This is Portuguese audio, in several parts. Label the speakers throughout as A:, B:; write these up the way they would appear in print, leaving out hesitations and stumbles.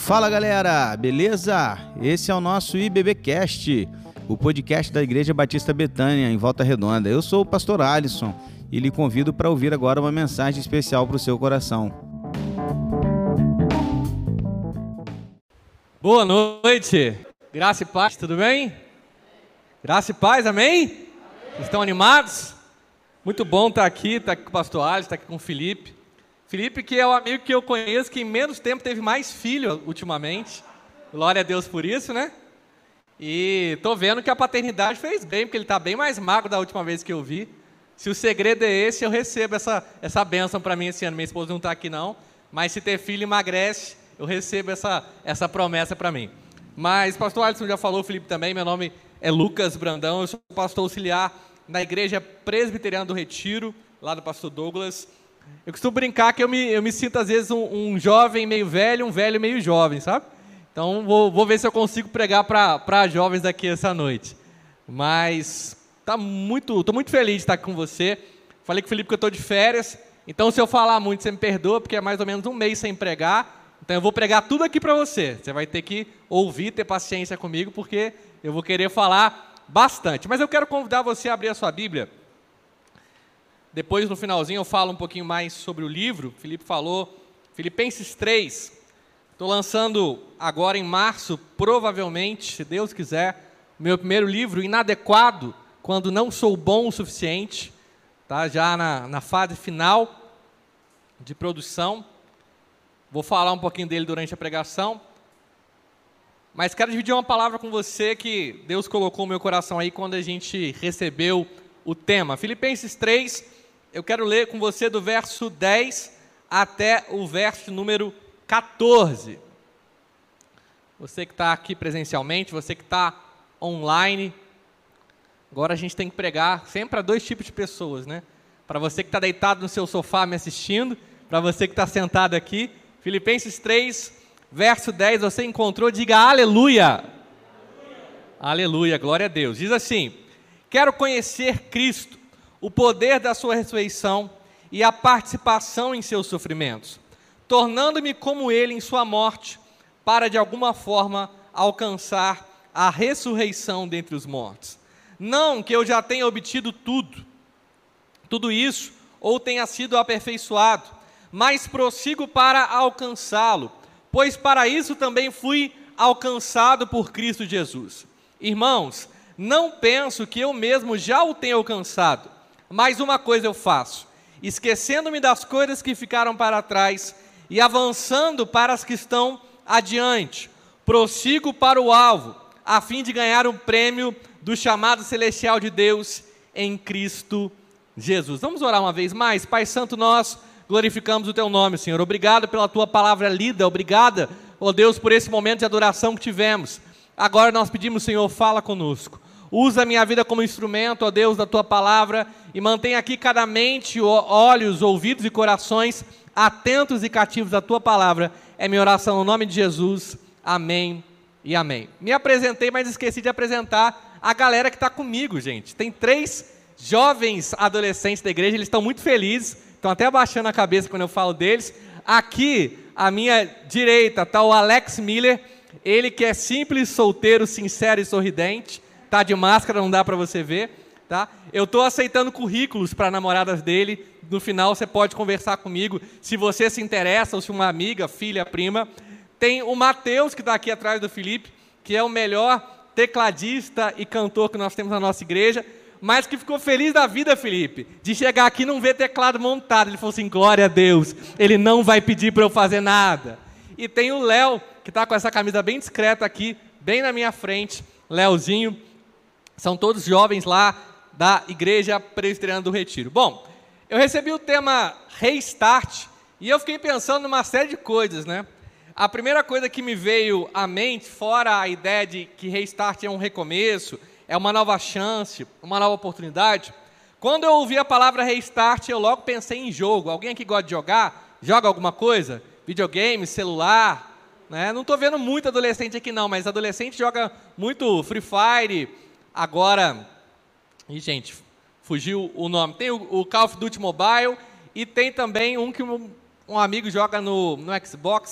A: Fala galera, beleza? Esse é o nosso IBBcast, o podcast da Igreja Batista Betânia, em Volta Redonda. Eu sou o pastor Alisson e lhe convido para ouvir agora uma mensagem especial para o seu coração.
B: Boa noite, graça e paz, tudo bem? Graça e paz, amém? Estão animados? Muito bom estar aqui com o pastor Alisson, estar aqui com o Felipe. Felipe, que é o amigo que eu conheço, que em menos tempo teve mais filho ultimamente. Glória a Deus por isso, né? E tô vendo que a paternidade fez bem, porque ele está bem mais magro da última vez que eu vi. Se o segredo é esse, eu recebo essa bênção para mim esse ano. Minha esposa não está aqui não, mas se ter filho emagrece, eu recebo essa promessa para mim. Mas o pastor Alisson já falou, o Felipe também, meu nome é Lucas Brandão, eu sou pastor auxiliar na Igreja Presbiteriana do Retiro, lá do pastor Douglas. Eu costumo brincar que eu me sinto às vezes um jovem meio velho, um velho meio jovem, sabe? Então vou ver se eu consigo pregar para jovens aqui essa noite. Mas estou muito feliz de estar aqui com você. Falei com o Felipe que eu estou de férias, então se eu falar muito você me perdoa, porque é mais ou menos um mês sem pregar. Então eu vou pregar tudo aqui para você. Você vai ter que ouvir, ter paciência comigo, porque eu vou querer falar bastante. Mas eu quero convidar você a abrir a sua Bíblia. Depois, no finalzinho, eu falo um pouquinho mais sobre o livro. O Felipe falou, Filipenses 3. Estou lançando agora em março, provavelmente, se Deus quiser, o meu primeiro livro, Inadequado, quando não sou bom o suficiente. Tá? Já na fase final de produção. Vou falar um pouquinho dele durante a pregação. Mas quero dividir uma palavra com você que Deus colocou no meu coração aí quando a gente recebeu o tema. Filipenses 3. Eu quero ler com você do verso 10 até o verso número 14. Você que está aqui presencialmente, você que está online, agora a gente tem que pregar sempre para dois tipos de pessoas, né? Para você que está deitado no seu sofá me assistindo, para você que está sentado aqui. Filipenses 3, verso 10, você encontrou, diga aleluia. Aleluia, glória a Deus. Diz assim: quero conhecer Cristo, o poder da sua ressurreição e a participação em seus sofrimentos, tornando-me como ele em sua morte, para de alguma forma alcançar a ressurreição dentre os mortos. Não que eu já tenha obtido tudo isso, ou tenha sido aperfeiçoado, mas prossigo para alcançá-lo, pois para isso também fui alcançado por Cristo Jesus. Irmãos, não penso que eu mesmo já o tenha alcançado, mas uma coisa eu faço, esquecendo-me das coisas que ficaram para trás e avançando para as que estão adiante, prossigo para o alvo, a fim de ganhar um prêmio do chamado celestial de Deus em Cristo Jesus. Vamos orar uma vez mais? Pai Santo, nós glorificamos o Teu nome, Senhor. Obrigado pela Tua palavra lida, obrigada, ó Deus, por esse momento de adoração que tivemos. Agora nós pedimos, Senhor, fala conosco. Usa a minha vida como instrumento, ó Deus, da Tua palavra, e mantenha aqui cada mente, olhos, ouvidos e corações atentos e cativos à Tua palavra. É minha oração no nome de Jesus. Amém e amém. Me apresentei, mas esqueci de apresentar a galera que está comigo, gente. Tem 3 jovens adolescentes da igreja, eles estão muito felizes, estão até abaixando a cabeça quando eu falo deles. Aqui, à minha direita, está o Alex Miller, ele que é simples, solteiro, sincero e sorridente. Tá de máscara, não dá para você ver, tá? Eu estou aceitando currículos para namoradas dele. No final você pode conversar comigo, se você se interessa, ou se uma amiga, filha, prima. Tem o Matheus, que está aqui atrás do Felipe, que é o melhor tecladista e cantor que nós temos na nossa igreja, mas que ficou feliz da vida, Felipe, de chegar aqui e não ver teclado montado. Ele falou assim, glória a Deus, ele não vai pedir para eu fazer nada. E tem o Léo, que está com essa camisa bem discreta aqui, bem na minha frente, Léozinho. São todos jovens lá da Igreja Presbiteriana do Retiro. Bom, eu recebi o tema Restart e eu fiquei pensando numa série de coisas, né? A primeira coisa que me veio à mente, fora a ideia de que Restart é um recomeço, é uma nova chance, uma nova oportunidade, quando eu ouvi a palavra Restart, eu logo pensei em jogo. Alguém aqui gosta de jogar? Joga alguma coisa? Videogame, celular? Né? Não estou vendo muito adolescente aqui não, mas adolescente joga muito Free Fire. Agora, e gente, fugiu o nome, tem o Call of Duty Mobile e tem também um que um amigo joga no Xbox,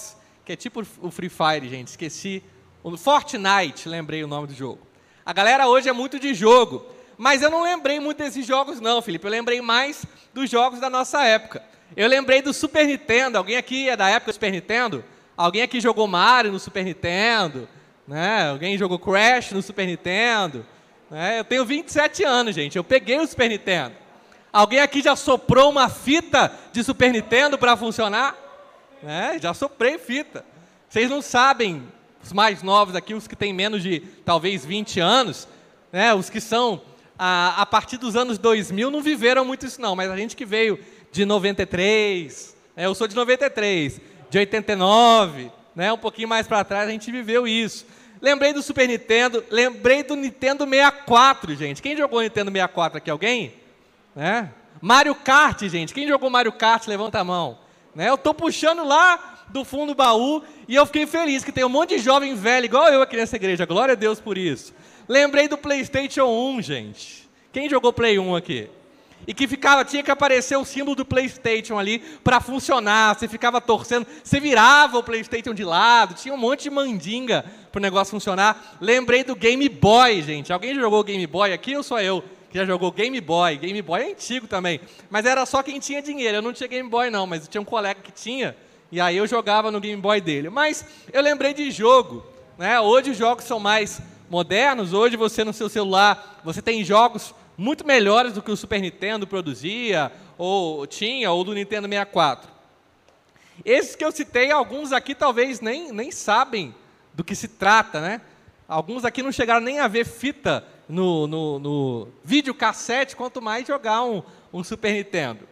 B: que é tipo o Free Fire, gente, esqueci. O Fortnite, lembrei o nome do jogo. A galera hoje é muito de jogo, mas eu não lembrei muito desses jogos não, Felipe. Eu lembrei mais dos jogos da nossa época. Eu lembrei do Super Nintendo. Alguém aqui é da época do Super Nintendo? Alguém aqui jogou Mario no Super Nintendo? Né? Alguém jogou Crash no Super Nintendo? Né? Eu tenho 27 anos, gente. Eu peguei o Super Nintendo. Alguém aqui já soprou uma fita de Super Nintendo para funcionar? Né? Já soprei fita. Vocês não sabem, os mais novos aqui, os que têm menos de, talvez, 20 anos, né? Os que são, a partir dos anos 2000, não viveram muito isso não, mas a gente que veio de 93, né? Eu sou de 93, de 89, né? Um pouquinho mais para trás, a gente viveu isso. Lembrei do Super Nintendo, lembrei do Nintendo 64, gente. Quem jogou Nintendo 64 aqui? Alguém? Né? Mario Kart, gente. Quem jogou Mario Kart, levanta a mão. Né? Eu estou puxando lá do fundo do baú e eu fiquei feliz que tem um monte de jovem velho, igual eu aqui nessa igreja. Glória a Deus por isso. Lembrei do PlayStation 1, gente. Quem jogou Play 1 aqui? E que tinha que aparecer o símbolo do PlayStation ali para funcionar. Você ficava torcendo, você virava o PlayStation de lado, tinha um monte de mandinga para o negócio funcionar. Lembrei do Game Boy, gente. Alguém já jogou Game Boy aqui ou só eu que já jogou Game Boy? Game Boy é antigo também, mas era só quem tinha dinheiro. Eu não tinha Game Boy não, mas tinha um colega que tinha, e aí eu jogava no Game Boy dele. Mas eu lembrei de jogo, né? Hoje os jogos são mais modernos. Hoje você no seu celular, você tem jogos muito melhores do que o Super Nintendo produzia, ou tinha, ou do Nintendo 64. Esses que eu citei, alguns aqui talvez nem sabem do que se trata, né? Alguns aqui não chegaram nem a ver fita no videocassete, quanto mais jogar um Super Nintendo.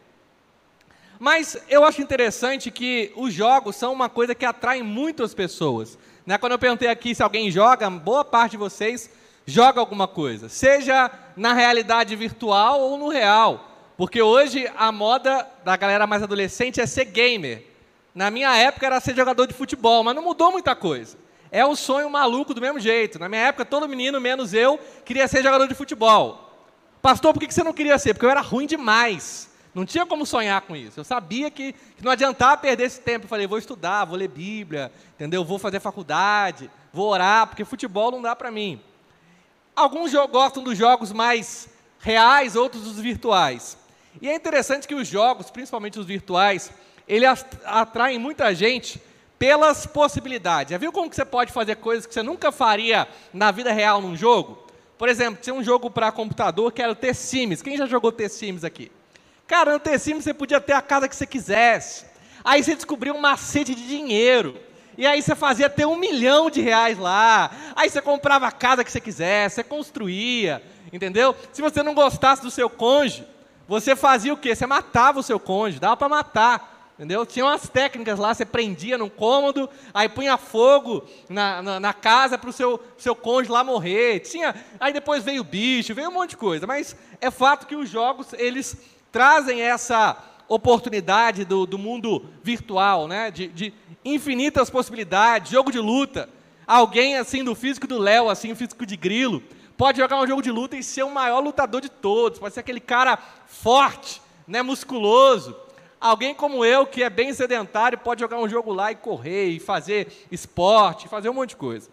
B: Mas eu acho interessante que os jogos são uma coisa que atrai muito as pessoas. Né? Quando eu perguntei aqui se alguém joga, boa parte de vocês joga alguma coisa, seja na realidade virtual ou no real, porque hoje a moda da galera mais adolescente é ser gamer. Na minha época era ser jogador de futebol, mas não mudou muita coisa. É um sonho maluco do mesmo jeito. Na minha época, todo menino, menos eu, queria ser jogador de futebol. Pastor, por que você não queria ser? Porque eu era ruim demais. Não tinha como sonhar com isso. Eu sabia que não adiantava perder esse tempo. Eu falei, vou estudar, vou ler Bíblia, entendeu? Vou fazer faculdade, vou orar, porque futebol não dá para mim. Alguns gostam dos jogos mais reais, outros dos virtuais. E é interessante que os jogos, principalmente os virtuais, eles atraem muita gente pelas possibilidades. Já viu como que você pode fazer coisas que você nunca faria na vida real num jogo? Por exemplo, tinha um jogo para computador que era o The Sims. Quem já jogou The Sims aqui? Cara, no The Sims você podia ter a casa que você quisesse. Aí você descobriu um macete de dinheiro. E aí você fazia ter R$1 milhão lá. Aí você comprava a casa que você quisesse, você construía, entendeu? Se você não gostasse do seu cônjuge, você fazia o quê? Você matava o seu cônjuge, dava para matar, entendeu? Tinha umas técnicas lá, você prendia num cômodo, aí punha fogo na casa para o seu cônjuge lá morrer. Aí depois veio o bicho, veio um monte de coisa. Mas é fato que os jogos, eles trazem essa oportunidade do mundo virtual, né? De infinitas possibilidades, jogo de luta. Alguém assim do físico do Léo, assim, físico de grilo, pode jogar um jogo de luta e ser o maior lutador de todos, pode ser aquele cara forte, né, musculoso. Alguém como eu, que é bem sedentário, pode jogar um jogo lá e correr, e fazer esporte, fazer um monte de coisa.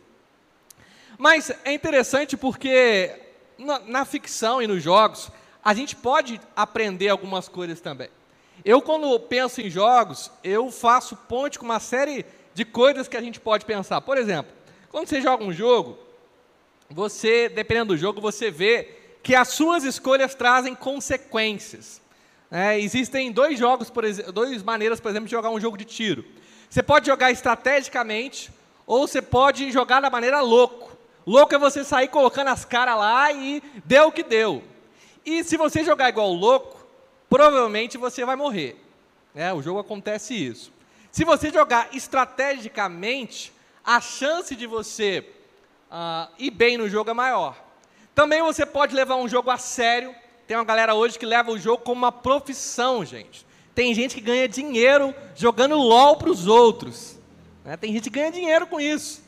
B: Mas é interessante porque na ficção e nos jogos, a gente pode aprender algumas coisas também. Eu, quando penso em jogos, eu faço ponte com uma série de coisas que a gente pode pensar. Por exemplo, quando você joga um jogo, você, dependendo do jogo, você vê que as suas escolhas trazem consequências. Existem duas maneiras, por exemplo, de jogar um jogo de tiro. Você pode jogar estrategicamente, ou você pode jogar da maneira louco. Louco é você sair colocando as caras lá e deu o que deu. E se você jogar igual louco, provavelmente você vai morrer. O jogo acontece isso. Se você jogar estrategicamente, a chance de você ir bem no jogo é maior. Também você pode levar um jogo a sério. Tem uma galera hoje que leva o jogo como uma profissão, gente. Tem gente que ganha dinheiro jogando LOL para os outros. Tem gente que ganha dinheiro com isso.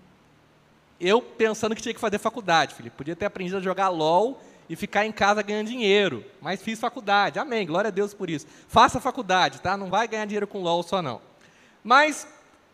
B: Eu pensando que tinha que fazer faculdade, Felipe. Podia ter aprendido a jogar LOL e ficar em casa ganhando dinheiro, mas fiz faculdade, amém, glória a Deus por isso. Faça faculdade, tá? Não vai ganhar dinheiro com LOL só não. Mas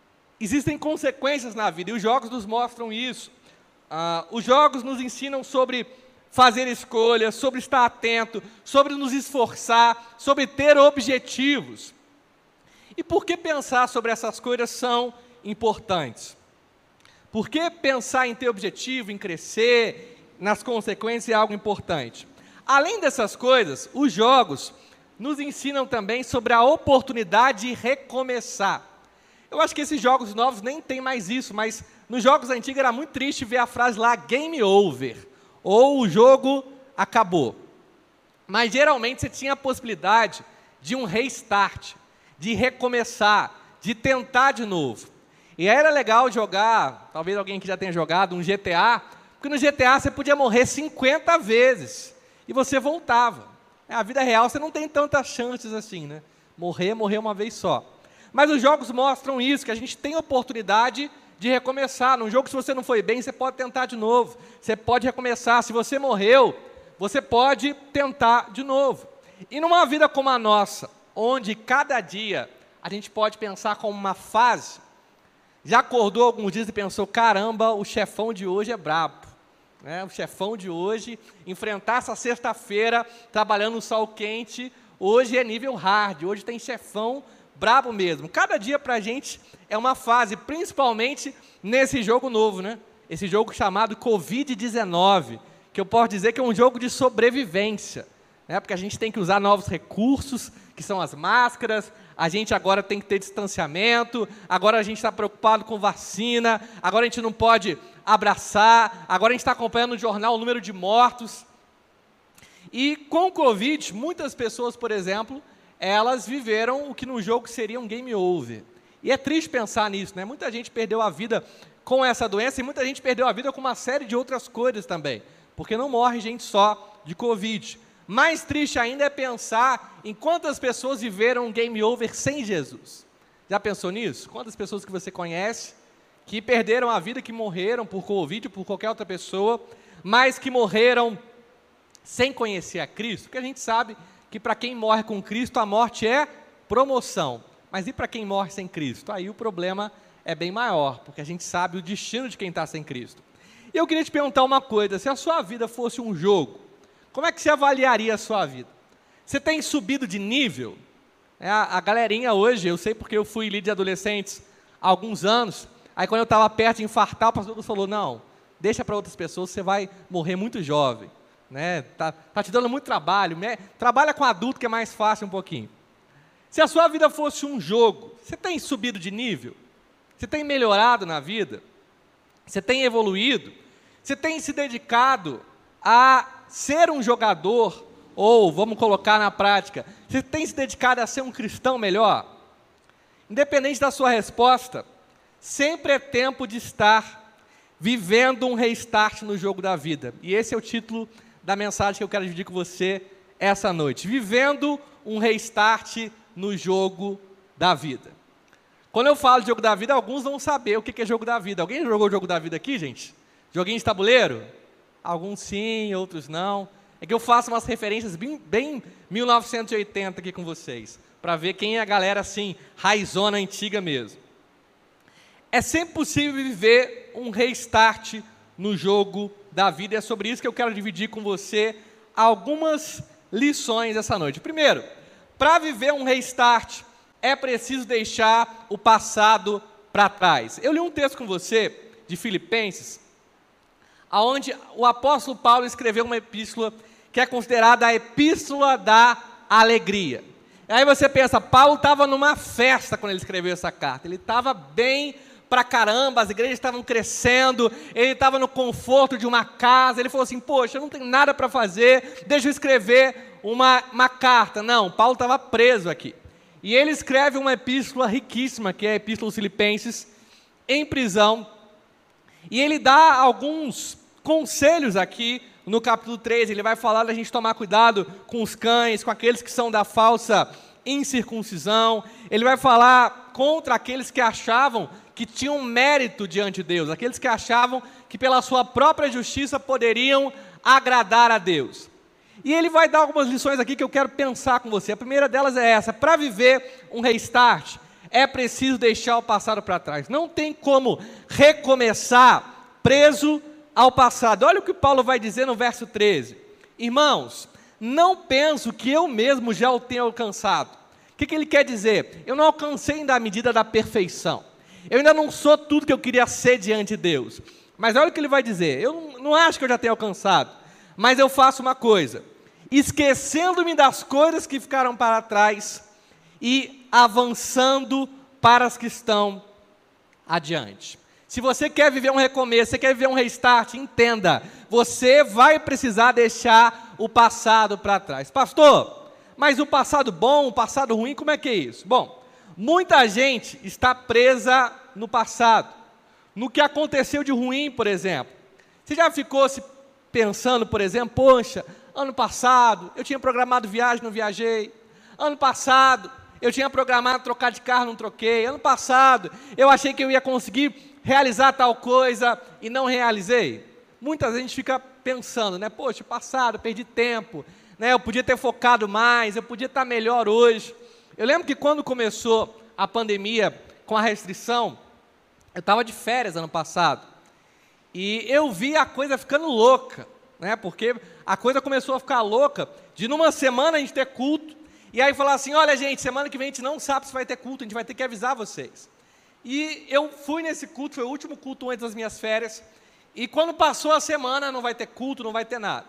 B: existem consequências na vida, e os jogos nos mostram isso. Os jogos nos ensinam sobre fazer escolhas, sobre estar atento, sobre nos esforçar, sobre ter objetivos. E por que pensar sobre essas coisas são importantes? Por que pensar em ter objetivo, em crescer, nas consequências é algo importante? Além dessas coisas, os jogos nos ensinam também sobre a oportunidade de recomeçar. Eu acho que esses jogos novos nem tem mais isso, mas nos jogos antigos era muito triste ver a frase lá, game over, ou o jogo acabou. Mas geralmente você tinha a possibilidade de um restart, de recomeçar, de tentar de novo. E era legal jogar, talvez alguém que já tenha jogado, um GTA, porque no GTA você podia morrer 50 vezes e você voltava. Na vida real você não tem tantas chances assim, né? Morrer uma vez só. Mas os jogos mostram isso, que a gente tem oportunidade de recomeçar. Num jogo, se você não foi bem, você pode tentar de novo. Você pode recomeçar. Se você morreu, você pode tentar de novo. E numa vida como a nossa, onde cada dia a gente pode pensar como uma fase, já acordou alguns dias e pensou, caramba, o chefão de hoje é brabo. O chefão de hoje, enfrentar essa sexta-feira, trabalhando no sol quente, hoje é nível hard, hoje tem chefão brabo mesmo. Cada dia para a gente é uma fase, principalmente nesse jogo novo, né? Esse jogo chamado Covid-19, que eu posso dizer que é um jogo de sobrevivência, né? Porque a gente tem que usar novos recursos, que são as máscaras, a gente agora tem que ter distanciamento, agora a gente está preocupado com vacina, agora a gente não pode abraçar, agora a gente está acompanhando no jornal o número de mortos. E com o Covid, muitas pessoas, por exemplo, elas viveram o que no jogo seria um game over. E é triste pensar nisso, né? Muita gente perdeu a vida com essa doença e muita gente perdeu a vida com uma série de outras coisas também, porque não morre gente só de Covid. Mais triste ainda é pensar em quantas pessoas viveram um game over sem Jesus. Já pensou nisso? Quantas pessoas que você conhece que perderam a vida, que morreram por Covid, por qualquer outra pessoa, mas que morreram sem conhecer a Cristo? Porque a gente sabe que para quem morre com Cristo, a morte é promoção. Mas e para quem morre sem Cristo? Aí o problema é bem maior, porque a gente sabe o destino de quem está sem Cristo. E eu queria te perguntar uma coisa, se a sua vida fosse um jogo, como é que você avaliaria a sua vida? Você tem subido de nível? A galerinha hoje, eu sei porque eu fui líder de adolescentes há alguns anos, aí quando eu estava perto de infartar, o pastor falou, não, deixa para outras pessoas, você vai morrer muito jovem. Né? Tá te dando muito trabalho, né? Trabalha com adulto que é mais fácil um pouquinho. Se a sua vida fosse um jogo, você tem subido de nível? Você tem melhorado na vida? Você tem evoluído? Você tem se dedicado a ser um jogador, ou vamos colocar na prática, você tem se dedicado a ser um cristão melhor? Independente da sua resposta, sempre é tempo de estar vivendo um restart no jogo da vida. E esse é o título da mensagem que eu quero dividir com você essa noite. Vivendo um restart no jogo da vida. Quando eu falo de jogo da vida, alguns vão saber o que é jogo da vida. Alguém jogou o jogo da vida aqui, gente? Joguinho de tabuleiro? Alguns sim, outros não. É que eu faço umas referências bem 1980 aqui com vocês, para ver quem é a galera assim, raizona antiga mesmo. É sempre possível viver um restart no jogo da vida, e é sobre isso que eu quero dividir com você algumas lições essa noite. Primeiro, para viver um restart, é preciso deixar o passado para trás. Eu li um texto com você, de Filipenses, onde o apóstolo Paulo escreveu uma epístola que é considerada a epístola da alegria. Aí você pensa, Paulo estava numa festa quando ele escreveu essa carta, ele estava bem pra caramba, as igrejas estavam crescendo, ele estava no conforto de uma casa, ele falou assim, poxa, eu não tenho nada para fazer, deixa eu escrever uma carta. Não, Paulo estava preso aqui. E ele escreve uma epístola riquíssima, que é a Epístola aos Filipenses, em prisão, e ele dá alguns conselhos aqui no capítulo 13, ele vai falar da gente tomar cuidado com os cães, com aqueles que são da falsa incircuncisão, ele vai falar contra aqueles que achavam que tinham mérito diante de Deus, aqueles que achavam que pela sua própria justiça poderiam agradar a Deus. E ele vai dar algumas lições aqui que eu quero pensar com você. A primeira delas é essa: para viver um restart, é preciso deixar o passado para trás. Não tem como recomeçar preso ao passado. Olha o que Paulo vai dizer no verso 13. Irmãos, não penso que eu mesmo já o tenha alcançado. O que ele quer dizer? Eu não alcancei ainda a medida da perfeição. Eu ainda não sou tudo que eu queria ser diante de Deus. Mas olha o que ele vai dizer. Eu não acho que eu já tenha alcançado. Mas eu faço uma coisa. Esquecendo-me das coisas que ficaram para trás e avançando para as que estão adiante. Se você quer viver um recomeço, você quer viver um restart, entenda, você vai precisar deixar o passado para trás. Pastor, mas o passado bom, o passado ruim, como é que é isso? Bom, muita gente está presa no passado, no que aconteceu de ruim, por exemplo. Você já ficou se pensando, por exemplo, poxa, ano passado eu tinha programado viagem, não viajei. Ano passado eu tinha programado trocar de carro, não troquei. Ano passado eu achei que eu ia conseguir realizar tal coisa e não realizei. Muita gente fica pensando, né? Poxa, passado, perdi tempo, né? Eu podia ter focado mais, eu podia estar melhor hoje. Eu lembro que quando começou a pandemia com a restrição, eu estava de férias ano passado e eu vi a coisa ficando louca, né? Porque a coisa começou a ficar louca de numa semana a gente ter culto e aí falar assim, olha gente, semana que vem a gente não sabe se vai ter culto, a gente vai ter que avisar vocês. E eu fui nesse culto, foi o último culto antes das minhas férias, e quando passou a semana, não vai ter culto, não vai ter nada.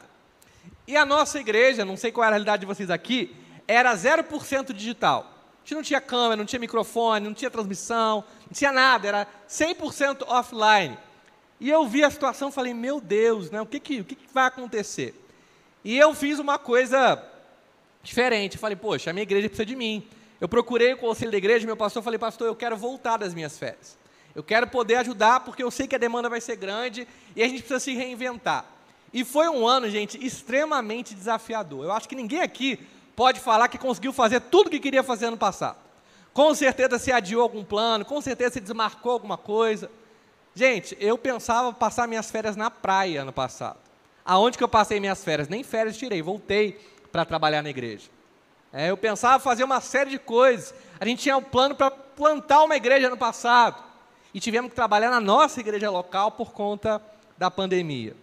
B: E a nossa igreja, não sei qual era a realidade de vocês aqui, era 0% digital. A gente não tinha câmera, não tinha microfone, não tinha transmissão, não tinha nada, era 100% offline. E eu vi a situação e falei, meu Deus, né, o que vai acontecer? E eu fiz uma coisa diferente, falei, poxa, a minha igreja precisa de mim. Eu procurei o conselho da igreja, meu pastor, falei, pastor, eu quero voltar das minhas férias. Eu quero poder ajudar, porque eu sei que a demanda vai ser grande e a gente precisa se reinventar. E foi um ano, gente, extremamente desafiador. Eu acho que ninguém aqui pode falar que conseguiu fazer tudo o que queria fazer ano passado. Com certeza se adiou algum plano, com certeza se desmarcou alguma coisa. Gente, eu pensava passar minhas férias na praia ano passado. Aonde que eu passei minhas férias? Nem férias tirei, voltei para trabalhar na igreja. Eu pensava fazer uma série de coisas. A gente tinha um plano para plantar uma igreja ano passado. E tivemos que trabalhar na nossa igreja local por conta da pandemia.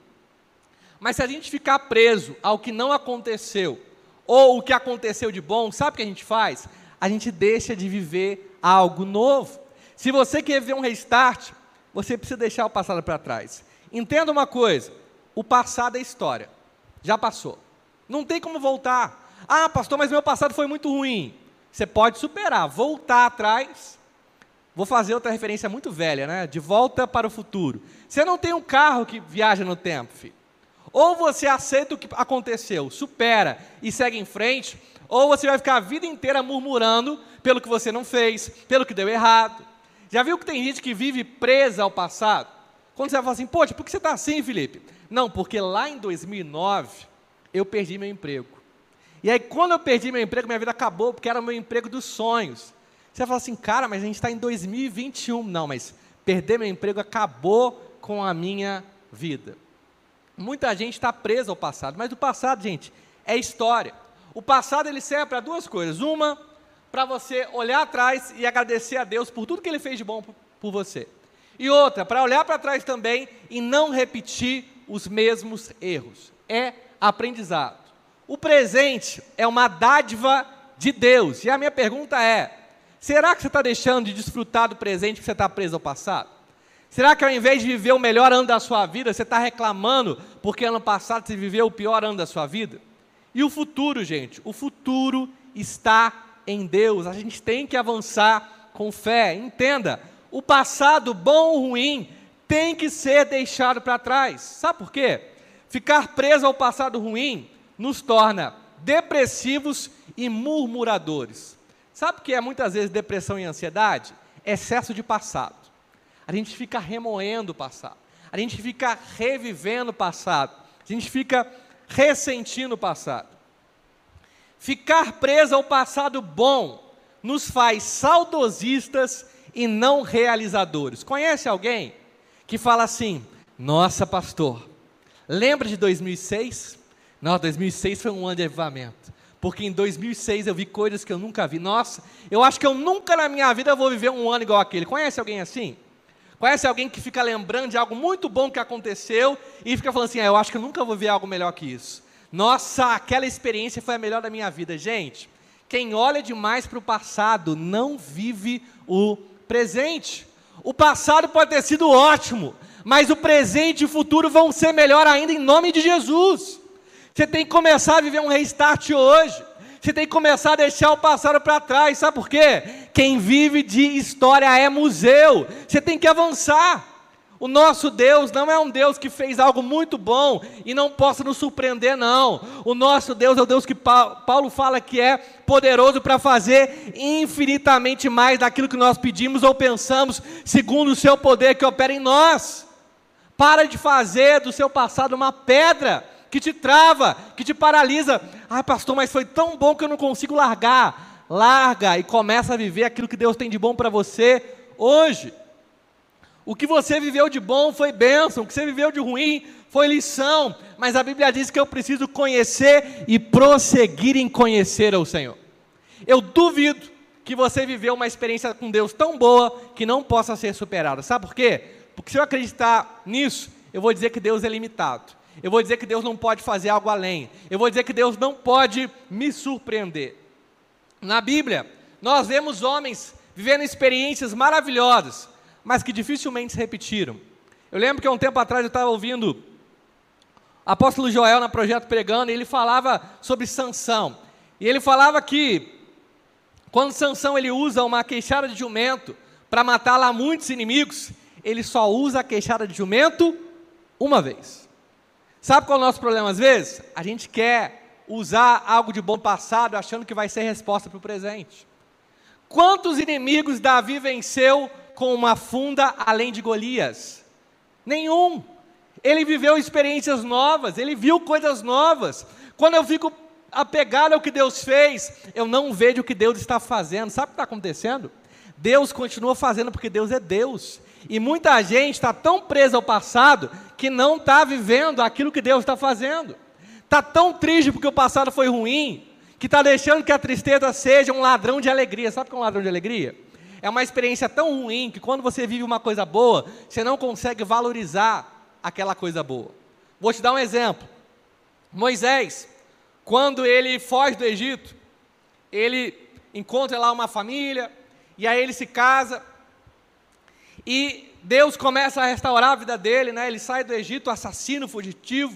B: Mas se a gente ficar preso ao que não aconteceu, ou o que aconteceu de bom, sabe o que a gente faz? A gente deixa de viver algo novo. Se você quer ver um restart, você precisa deixar o passado para trás. Entenda uma coisa, o passado é história. Já passou. Não tem como voltar. Ah, pastor, mas meu passado foi muito ruim. Você pode superar, voltar atrás. Vou fazer outra referência muito velha, né? De Volta para o Futuro. Você não tem um carro que viaja no tempo, filho. Ou você aceita o que aconteceu, supera e segue em frente, ou você vai ficar a vida inteira murmurando pelo que você não fez, pelo que deu errado. Já viu que tem gente que vive presa ao passado? Quando você vai falar assim, poxa, por que você está assim, Felipe? Não, porque lá em 2009, eu perdi meu emprego. E aí, quando eu perdi meu emprego, minha vida acabou, porque era o meu emprego dos sonhos. Você vai falar assim, cara, mas a gente está em 2021. Não, mas perder meu emprego acabou com a minha vida. Muita gente está presa ao passado, mas o passado, gente, é história. O passado, ele serve para duas coisas. Uma, para você olhar atrás e agradecer a Deus por tudo que Ele fez de bom por você. E outra, para olhar para trás também e não repetir os mesmos erros. É aprendizado. O presente é uma dádiva de Deus. E a minha pergunta é, será que você está deixando de desfrutar do presente porque você está preso ao passado? Será que ao invés de viver o melhor ano da sua vida, você está reclamando porque ano passado você viveu o pior ano da sua vida? E o futuro, gente? O futuro está em Deus. A gente tem que avançar com fé. Entenda, o passado, bom ou ruim, tem que ser deixado para trás. Sabe por quê? Ficar preso ao passado ruim nos torna depressivos e murmuradores. Sabe o que é muitas vezes depressão e ansiedade? Excesso de passado. A gente fica remoendo o passado. A gente fica revivendo o passado. A gente fica ressentindo o passado. Ficar preso ao passado bom nos faz saudosistas e não realizadores. Conhece alguém que fala assim, nossa pastor, lembra de 2006? Nossa, 2006 foi um ano de avivamento. Porque em 2006 eu vi coisas que eu nunca vi. Nossa, eu acho que eu nunca na minha vida vou viver um ano igual aquele. Conhece alguém assim? Conhece alguém que fica lembrando de algo muito bom que aconteceu e fica falando assim, eu acho que eu nunca vou ver algo melhor que isso. Nossa, aquela experiência foi a melhor da minha vida. Gente, quem olha demais para o passado não vive o presente. O passado pode ter sido ótimo, mas o presente e o futuro vão ser melhor ainda em nome de Jesus. Você tem que começar a viver um restart hoje. Você tem que começar a deixar o passado para trás. Sabe por quê? Quem vive de história é museu. Você tem que avançar. O nosso Deus não é um Deus que fez algo muito bom e não possa nos surpreender, não. O nosso Deus é o Deus que Paulo fala que é poderoso para fazer infinitamente mais daquilo que nós pedimos ou pensamos, segundo o seu poder que opera em nós. Para de fazer do seu passado uma pedra que te trava, que te paralisa. Ai, pastor, mas foi tão bom que eu não consigo largar. Larga e começa a viver aquilo que Deus tem de bom para você hoje. O que você viveu de bom foi bênção, o que você viveu de ruim foi lição, mas a Bíblia diz que eu preciso conhecer e prosseguir em conhecer ao Senhor. Eu duvido que você viveu uma experiência com Deus tão boa que não possa ser superada. Sabe por quê? Porque se eu acreditar nisso, eu vou dizer que Deus é limitado. Eu vou dizer que Deus não pode fazer algo além. Eu vou dizer que Deus não pode me surpreender. Na Bíblia, nós vemos homens vivendo experiências maravilhosas, mas que dificilmente se repetiram. Eu lembro que há um tempo atrás eu estava ouvindo o apóstolo Joel na Projeto Pregando, e ele falava sobre Sansão. E ele falava que quando Sansão ele usa uma queixada de jumento para matar lá muitos inimigos, ele só usa a queixada de jumento uma vez. Sabe qual é o nosso problema às vezes? A gente quer usar algo de bom passado achando que vai ser resposta para o presente. Quantos inimigos Davi venceu com uma funda além de Golias? Nenhum. Ele viveu experiências novas, ele viu coisas novas. Quando eu fico apegado ao que Deus fez, eu não vejo o que Deus está fazendo. Sabe o que está acontecendo? Deus continua fazendo porque Deus é Deus. E muita gente está tão presa ao passado que não está vivendo aquilo que Deus está fazendo. Está tão triste porque o passado foi ruim, que está deixando que a tristeza seja um ladrão de alegria. Sabe o que é um ladrão de alegria? É uma experiência tão ruim que quando você vive uma coisa boa, você não consegue valorizar aquela coisa boa. Vou te dar um exemplo. Moisés, quando ele foge do Egito, ele encontra lá uma família, e aí ele se casa, e Deus começa a restaurar a vida dele, né? Ele sai do Egito, assassino, fugitivo,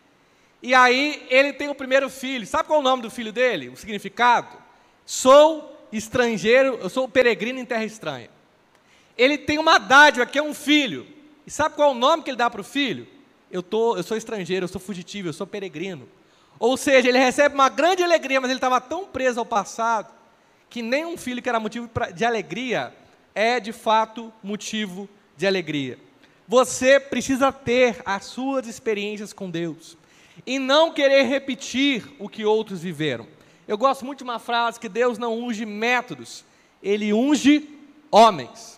B: e aí ele tem o primeiro filho. Sabe qual é o nome do filho dele? O significado? Sou estrangeiro, eu sou peregrino em terra estranha. Ele tem uma dádiva que é um filho. E sabe qual é o nome que ele dá para o filho? Eu sou estrangeiro, eu sou fugitivo, eu sou peregrino. Ou seja, ele recebe uma grande alegria, mas ele estava tão preso ao passado, que nenhum filho que era motivo de alegria, é de fato motivo de alegria. Você precisa ter as suas experiências com Deus, e não querer repetir o que outros viveram. Eu gosto muito de uma frase que Deus não unge métodos, Ele unge homens.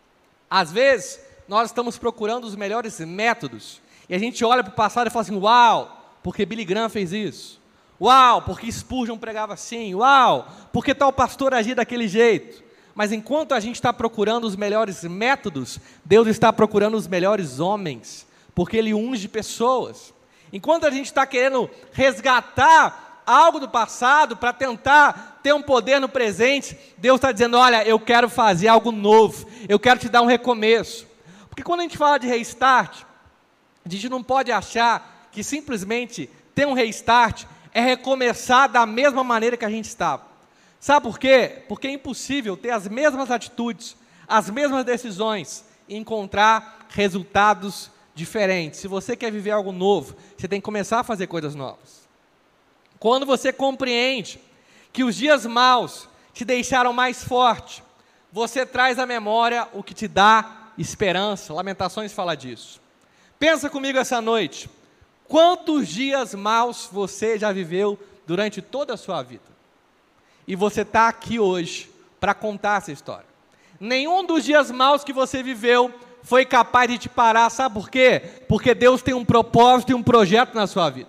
B: Às vezes, nós estamos procurando os melhores métodos, e a gente olha para o passado e fala assim, uau, porque Billy Graham fez isso. Uau, porque Spurgeon pregava assim. Uau, porque tal pastor agia daquele jeito. Mas enquanto a gente está procurando os melhores métodos, Deus está procurando os melhores homens, porque Ele unge pessoas. Enquanto a gente está querendo resgatar algo do passado para tentar ter um poder no presente, Deus está dizendo, olha, eu quero fazer algo novo, eu quero te dar um recomeço. Porque quando a gente fala de restart, a gente não pode achar que simplesmente ter um restart é recomeçar da mesma maneira que a gente estava. Sabe por quê? Porque é impossível ter as mesmas atitudes, as mesmas decisões e encontrar resultados diferentes. Se você quer viver algo novo, você tem que começar a fazer coisas novas. Quando você compreende que os dias maus te deixaram mais forte, você traz à memória o que te dá esperança. Lamentações fala disso. Pensa comigo essa noite. Quantos dias maus você já viveu durante toda a sua vida? E você está aqui hoje para contar essa história. Nenhum dos dias maus que você viveu foi capaz de te parar, sabe por quê? Porque Deus tem um propósito e um projeto na sua vida.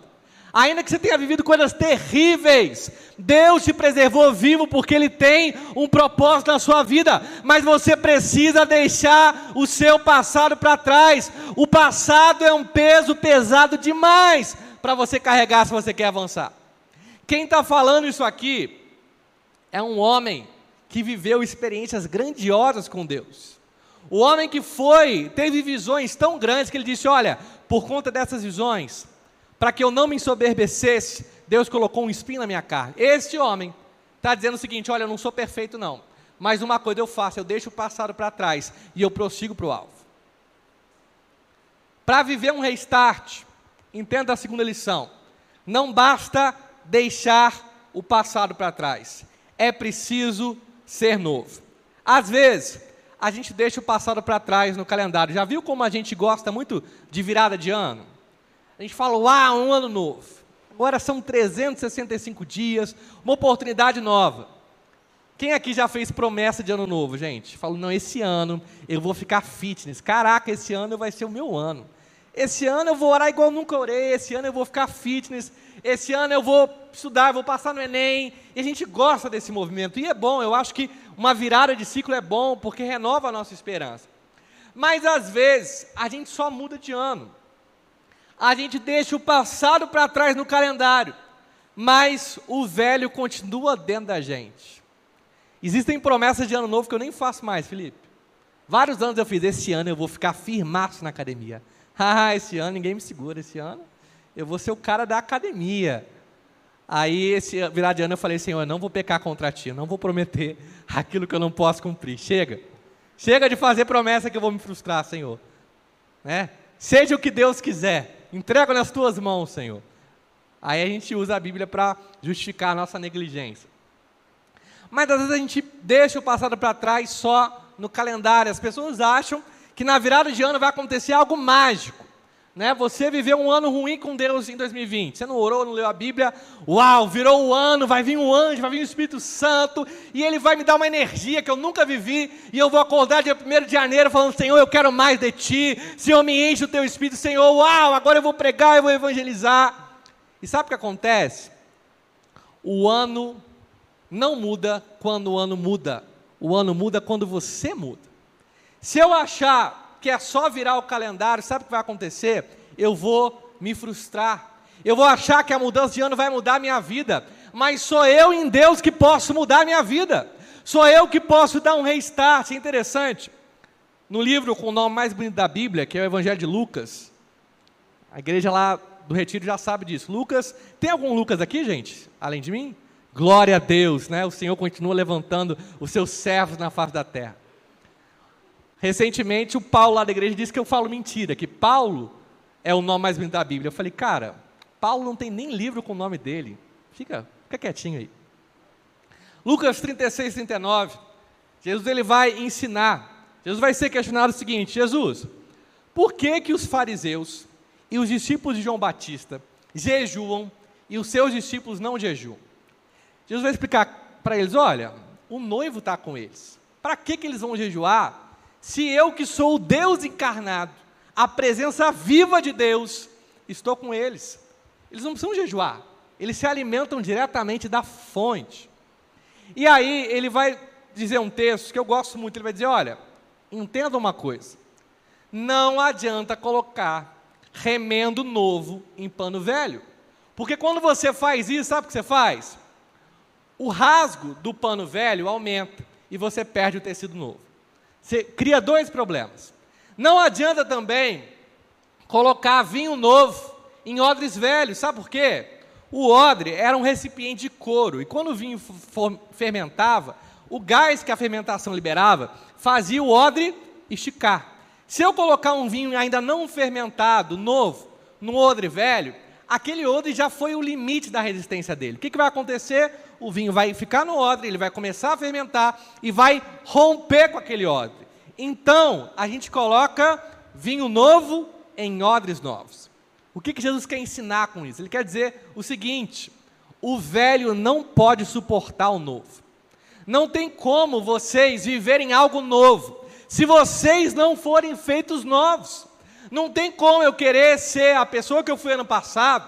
B: Ainda que você tenha vivido coisas terríveis, Deus te preservou vivo porque Ele tem um propósito na sua vida, mas você precisa deixar o seu passado para trás. O passado é um peso pesado demais para você carregar se você quer avançar. Quem está falando isso aqui é um homem que viveu experiências grandiosas com Deus. O homem que teve visões tão grandes que ele disse, olha, por conta dessas visões, para que eu não me ensoberbecesse, Deus colocou um espinho na minha carne. Este homem está dizendo o seguinte, olha, eu não sou perfeito não, mas uma coisa eu faço, eu deixo o passado para trás e eu prossigo para o alvo. Para viver um restart, entenda a segunda lição, não basta deixar o passado para trás, é preciso ser novo. Às vezes, a gente deixa o passado para trás no calendário. Já viu como a gente gosta muito de virada de ano? A gente fala, um ano novo. Agora são 365 dias, uma oportunidade nova. Quem aqui já fez promessa de ano novo, gente? Falou, não, esse ano eu vou ficar fitness. Caraca, esse ano vai ser o meu ano. Esse ano eu vou orar igual eu nunca orei. Esse ano eu vou ficar fitness. Esse ano eu vou estudar, eu vou passar no Enem. E a gente gosta desse movimento. E é bom, eu acho que uma virada de ciclo é bom, porque renova a nossa esperança. Mas às vezes, a gente só muda de ano. A gente deixa o passado para trás no calendário, mas o velho continua dentro da gente. Existem promessas de ano novo que eu nem faço mais, Felipe. Vários anos eu fiz, esse ano eu vou ficar firmaço na academia. Esse ano ninguém me segura, esse ano eu vou ser o cara da academia. Aí, esse virar de ano eu falei, Senhor, eu não vou pecar contra Ti, eu não vou prometer aquilo que eu não posso cumprir. Chega de fazer promessa que eu vou me frustrar, Senhor. Né? Seja o que Deus quiser. Entrego nas tuas mãos, Senhor. Aí a gente usa a Bíblia para justificar a nossa negligência. Mas às vezes a gente deixa o passado para trás só no calendário. As pessoas acham que na virada de ano vai acontecer algo mágico. Né? Você viveu um ano ruim com Deus em 2020. Você não orou, não leu a Bíblia. Uau, virou o ano, vai vir um anjo, vai vir o Espírito Santo. E Ele vai me dar uma energia que eu nunca vivi. E eu vou acordar dia 1º de janeiro falando, Senhor, eu quero mais de Ti. Senhor, me enche o Teu Espírito. Senhor, uau, agora eu vou pregar, eu vou evangelizar. E sabe o que acontece? O ano não muda quando o ano muda. O ano muda quando você muda. Se eu achar que é só virar o calendário, sabe o que vai acontecer? Eu vou me frustrar. Eu vou achar que a mudança de ano vai mudar a minha vida. Mas sou eu em Deus que posso mudar a minha vida. Sou eu que posso dar um restart. É interessante. No livro com o nome mais bonito da Bíblia, que é o Evangelho de Lucas, a igreja lá do Retiro já sabe disso. Lucas, tem algum Lucas aqui, gente? Além de mim? Glória a Deus, né? O Senhor continua levantando os seus servos na face da terra. Recentemente, o Paulo lá da igreja disse que eu falo mentira, que Paulo é o nome mais bonito da Bíblia. Eu falei, cara, Paulo não tem nem livro com o nome dele. Fica quietinho aí. Lucas 36, 39, Jesus ele vai ensinar. Jesus vai ser questionado o seguinte, Jesus, por que os fariseus e os discípulos de João Batista jejuam e os seus discípulos não jejuam? Jesus vai explicar para eles, olha, o noivo está com eles. Para que eles vão jejuar? Se eu que sou o Deus encarnado, a presença viva de Deus, estou com eles. Eles não precisam jejuar, eles se alimentam diretamente da fonte. E aí ele vai dizer um texto que eu gosto muito, ele vai dizer, olha, entenda uma coisa, não adianta colocar remendo novo em pano velho, porque quando você faz isso, sabe o que você faz? O rasgo do pano velho aumenta e você perde o tecido novo. Você cria dois problemas. Não adianta também colocar vinho novo em odres velhos, sabe por quê? O odre era um recipiente de couro, e quando o vinho fermentava, o gás que a fermentação liberava fazia o odre esticar. Se eu colocar um vinho ainda não fermentado, novo, no odre velho, aquele odre já foi o limite da resistência dele. O que vai acontecer? O vinho vai ficar no odre, ele vai começar a fermentar e vai romper com aquele odre. Então, a gente coloca vinho novo em odres novos. O que Jesus quer ensinar com isso? Ele quer dizer o seguinte, o velho não pode suportar o novo. Não tem como vocês viverem algo novo, se vocês não forem feitos novos. Não tem como eu querer ser a pessoa que eu fui ano passado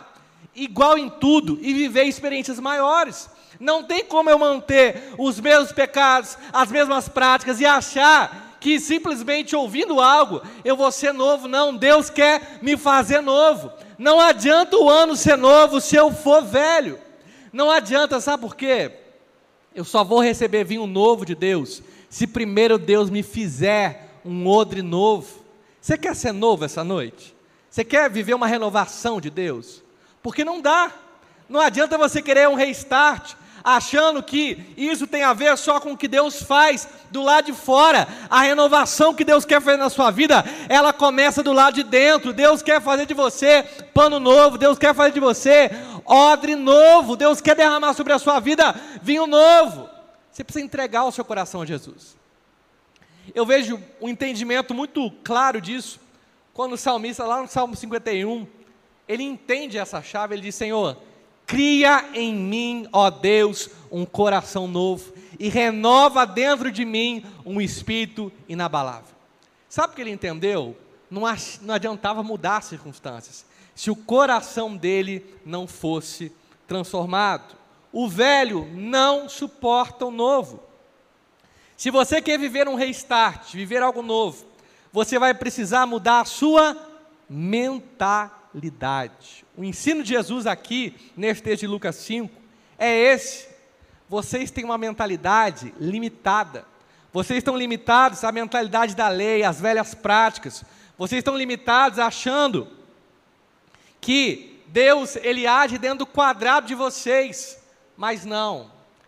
B: igual em tudo e viver experiências maiores. Não tem como eu manter os mesmos pecados, as mesmas práticas e achar que simplesmente ouvindo algo eu vou ser novo. Não, Deus quer me fazer novo. Não adianta o ano ser novo se eu for velho. Não adianta, sabe por quê? Eu só vou receber vinho novo de Deus se primeiro Deus me fizer um odre novo. Você quer ser novo essa noite? Você quer viver uma renovação de Deus? Porque não dá. Não adianta você querer um restart, achando que isso tem a ver só com o que Deus faz do lado de fora. A renovação que Deus quer fazer na sua vida, ela começa do lado de dentro. Deus quer fazer de você pano novo, Deus quer fazer de você odre novo, Deus quer derramar sobre a sua vida vinho novo. Você precisa entregar o seu coração a Jesus. Eu vejo um entendimento muito claro disso, quando o salmista, lá no Salmo 51, ele entende essa chave, ele diz: Senhor, cria em mim, ó Deus, um coração novo, e renova dentro de mim um espírito inabalável. Sabe o que ele entendeu? Não adiantava mudar as circunstâncias, se o coração dele não fosse transformado. O velho não suporta o novo. Se você quer viver um restart, viver algo novo, você vai precisar mudar a sua mentalidade. O ensino de Jesus aqui, nesse texto de Lucas 5, é esse. Vocês têm uma mentalidade limitada. Vocês estão limitados à mentalidade da lei, às velhas práticas. Vocês estão limitados achando que Deus, Ele age dentro do quadrado de vocês. Mas não.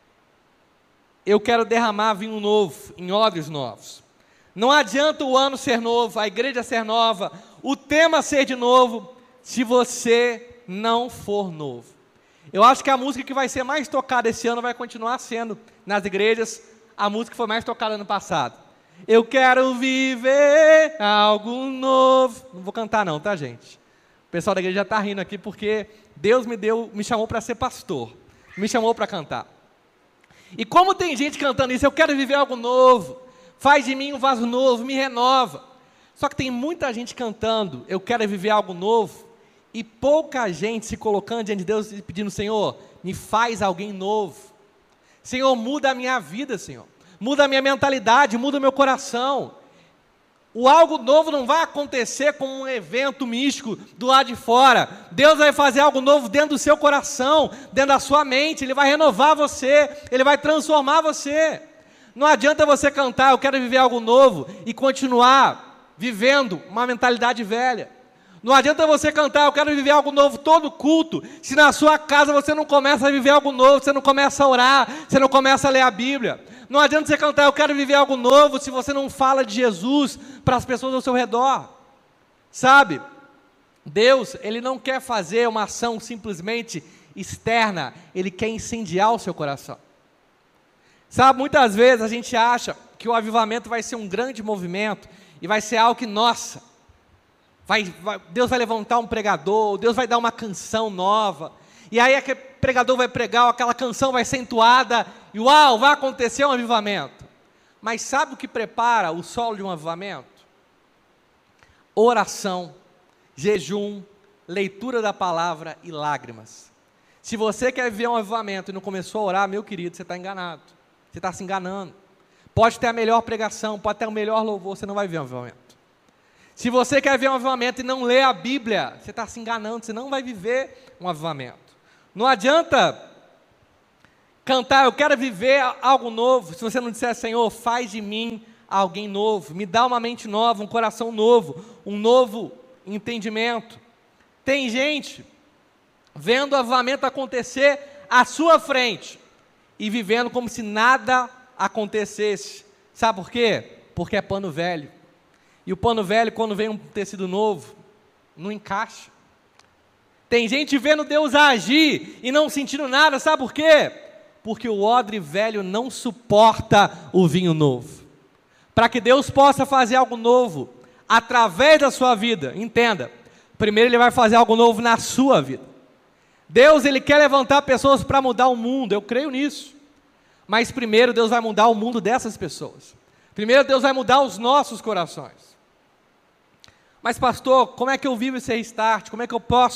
B: Eu quero derramar vinho novo, em odres novos. Não adianta o ano ser novo, a igreja ser nova, o tema ser de novo, se você não for novo. Eu acho que a música que vai ser mais tocada esse ano vai continuar sendo, nas igrejas, a música que foi mais tocada ano passado. Eu quero viver algo novo. Não vou cantar não, tá, gente? O pessoal da igreja já está rindo aqui, porque Deus me chamou para ser pastor, me chamou para cantar. E como tem gente cantando isso, eu quero viver algo novo, faz de mim um vaso novo, me renova. Só que tem muita gente cantando, eu quero viver algo novo, e pouca gente se colocando diante de Deus e pedindo: Senhor, me faz alguém novo. Senhor, muda a minha vida, Senhor. Muda a minha mentalidade, muda o meu coração. O algo novo não vai acontecer como um evento místico do lado de fora. Deus vai fazer algo novo dentro do seu coração, dentro da sua mente. Ele vai renovar você, Ele vai transformar você. Não adianta você cantar, eu quero viver algo novo, e continuar vivendo uma mentalidade velha. Não adianta você cantar, eu quero viver algo novo todo culto, se na sua casa você não começa a viver algo novo, você não começa a orar, você não começa a ler a Bíblia. Não adianta você cantar, eu quero viver algo novo, se você não fala de Jesus para as pessoas ao seu redor. Sabe, Deus, Ele não quer fazer uma ação simplesmente externa, Ele quer incendiar o seu coração. Sabe, muitas vezes a gente acha que o avivamento vai ser um grande movimento, e vai ser algo que, nossa, Deus vai levantar um pregador, Deus vai dar uma canção nova, e aí aquele pregador vai pregar, aquela canção vai ser entoada, e uau, vai acontecer um avivamento. Mas sabe o que prepara o solo de um avivamento? Oração, jejum, leitura da palavra e lágrimas. Se você quer viver um avivamento e não começou a orar, meu querido, você está enganado, você está se enganando. Pode ter a melhor pregação, pode ter o melhor louvor, você não vai ver um avivamento. Se você quer ver um avivamento e não lê a Bíblia, você está se enganando, você não vai viver um avivamento. Não adianta cantar, eu quero viver algo novo, se você não disser: Senhor, faz de mim alguém novo, me dá uma mente nova, um coração novo, um novo entendimento. Tem gente vendo o avivamento acontecer à sua frente e vivendo como se nada acontecesse. Sabe por quê? Porque é pano velho. E o pano velho, quando vem um tecido novo, não encaixa. Tem gente vendo Deus agir e não sentindo nada, sabe por quê? Porque o odre velho não suporta o vinho novo. Para que Deus possa fazer algo novo através da sua vida, entenda, primeiro Ele vai fazer algo novo na sua vida. Deus, Ele quer levantar pessoas para mudar o mundo, eu creio nisso. Mas primeiro Deus vai mudar o mundo dessas pessoas. Primeiro Deus vai mudar os nossos corações. Mas pastor, como é que eu vivo esse restart? Como é que eu posso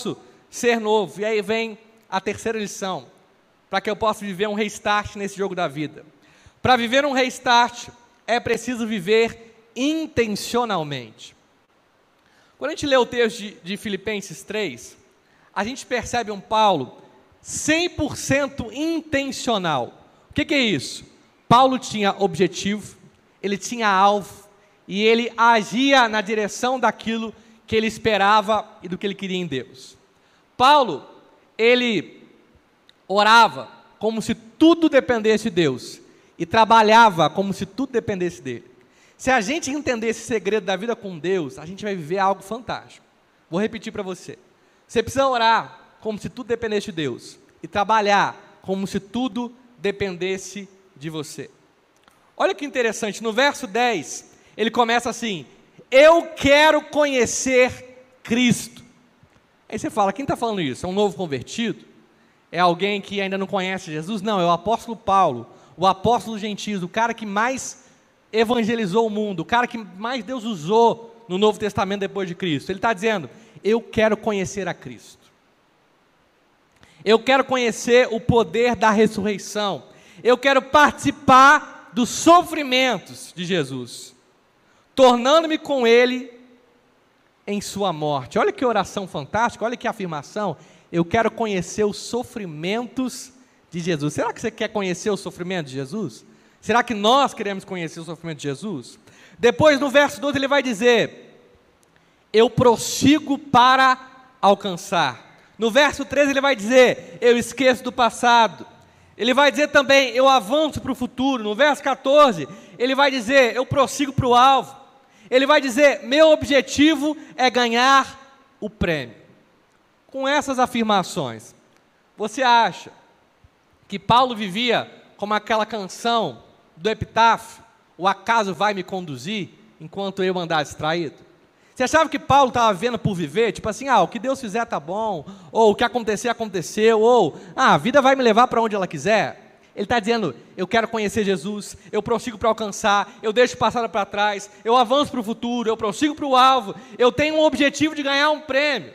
B: ser novo. E aí vem a terceira lição, para que eu possa viver um restart nesse jogo da vida. Para viver um restart, é preciso viver intencionalmente. Quando a gente lê o texto de Filipenses 3, a gente percebe um Paulo 100% intencional. O que é isso? Paulo tinha objetivo, ele tinha alvo, e ele agia na direção daquilo que ele esperava e do que ele queria em Deus. Paulo, ele orava como se tudo dependesse de Deus, e trabalhava como se tudo dependesse dele. Se a gente entender esse segredo da vida com Deus, a gente vai viver algo fantástico. Vou repetir para você. Você precisa orar como se tudo dependesse de Deus, e trabalhar como se tudo dependesse de você. Olha que interessante, no verso 10, ele começa assim: eu quero conhecer Cristo. Aí você fala, quem está falando isso? É um novo convertido? É alguém que ainda não conhece Jesus? Não, é o apóstolo Paulo, o apóstolo dos gentios, o cara que mais evangelizou o mundo, o cara que mais Deus usou no Novo Testamento depois de Cristo. Ele está dizendo, eu quero conhecer a Cristo. Eu quero conhecer o poder da ressurreição. Eu quero participar dos sofrimentos de Jesus, tornando-me com Ele em sua morte. Olha que oração fantástica, olha que afirmação. Eu quero conhecer os sofrimentos de Jesus. Será que você quer conhecer o sofrimento de Jesus? Será que nós queremos conhecer o sofrimento de Jesus? Depois, no verso 12, ele vai dizer, eu prossigo para alcançar. No verso 13, ele vai dizer, eu esqueço do passado. Ele vai dizer também, eu avanço para o futuro. No verso 14, ele vai dizer, eu prossigo para o alvo. Ele vai dizer, meu objetivo é ganhar o prêmio. Com essas afirmações, você acha que Paulo vivia como aquela canção do Epitáfio, o acaso vai me conduzir enquanto eu andar distraído? Você achava que Paulo estava vivendo por viver, tipo assim, o que Deus fizer está bom, ou o que acontecer, aconteceu, ou a vida vai me levar para onde ela quiser? Ele está dizendo, eu quero conhecer Jesus, eu prossigo para alcançar, eu deixo o passado para trás, eu avanço para o futuro, eu prossigo para o alvo, eu tenho um objetivo de ganhar um prêmio.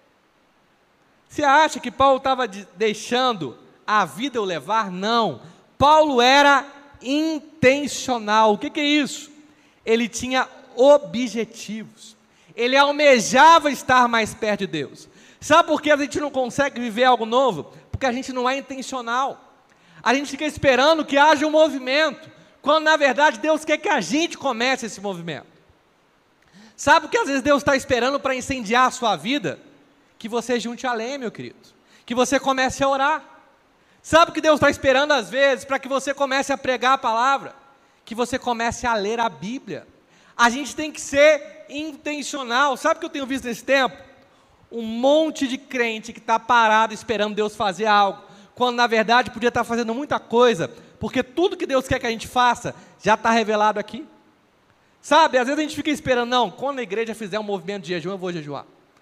B: Você acha que Paulo estava deixando a vida o levar? Não. Paulo era intencional. O que é isso? Ele tinha objetivos. Ele almejava estar mais perto de Deus. Sabe por que a gente não consegue viver algo novo? Porque a gente não é intencional. A gente fica esperando que haja um movimento, quando na verdade Deus quer que a gente comece esse movimento. Sabe o que às vezes Deus está esperando para incendiar a sua vida? Que você junte a lenha, meu querido. Que você comece a orar. Sabe o que Deus está esperando às vezes para que você comece a pregar a palavra? Que você comece a ler a Bíblia. A gente tem que ser intencional. Sabe o que eu tenho visto nesse tempo? Um monte de crente que está parado esperando Deus fazer algo, quando na verdade podia estar fazendo muita coisa, porque tudo que Deus quer que a gente faça, já está revelado aqui. Sabe, às vezes a gente fica esperando, não, quando a igreja fizer um movimento de jejum, eu vou jejuar.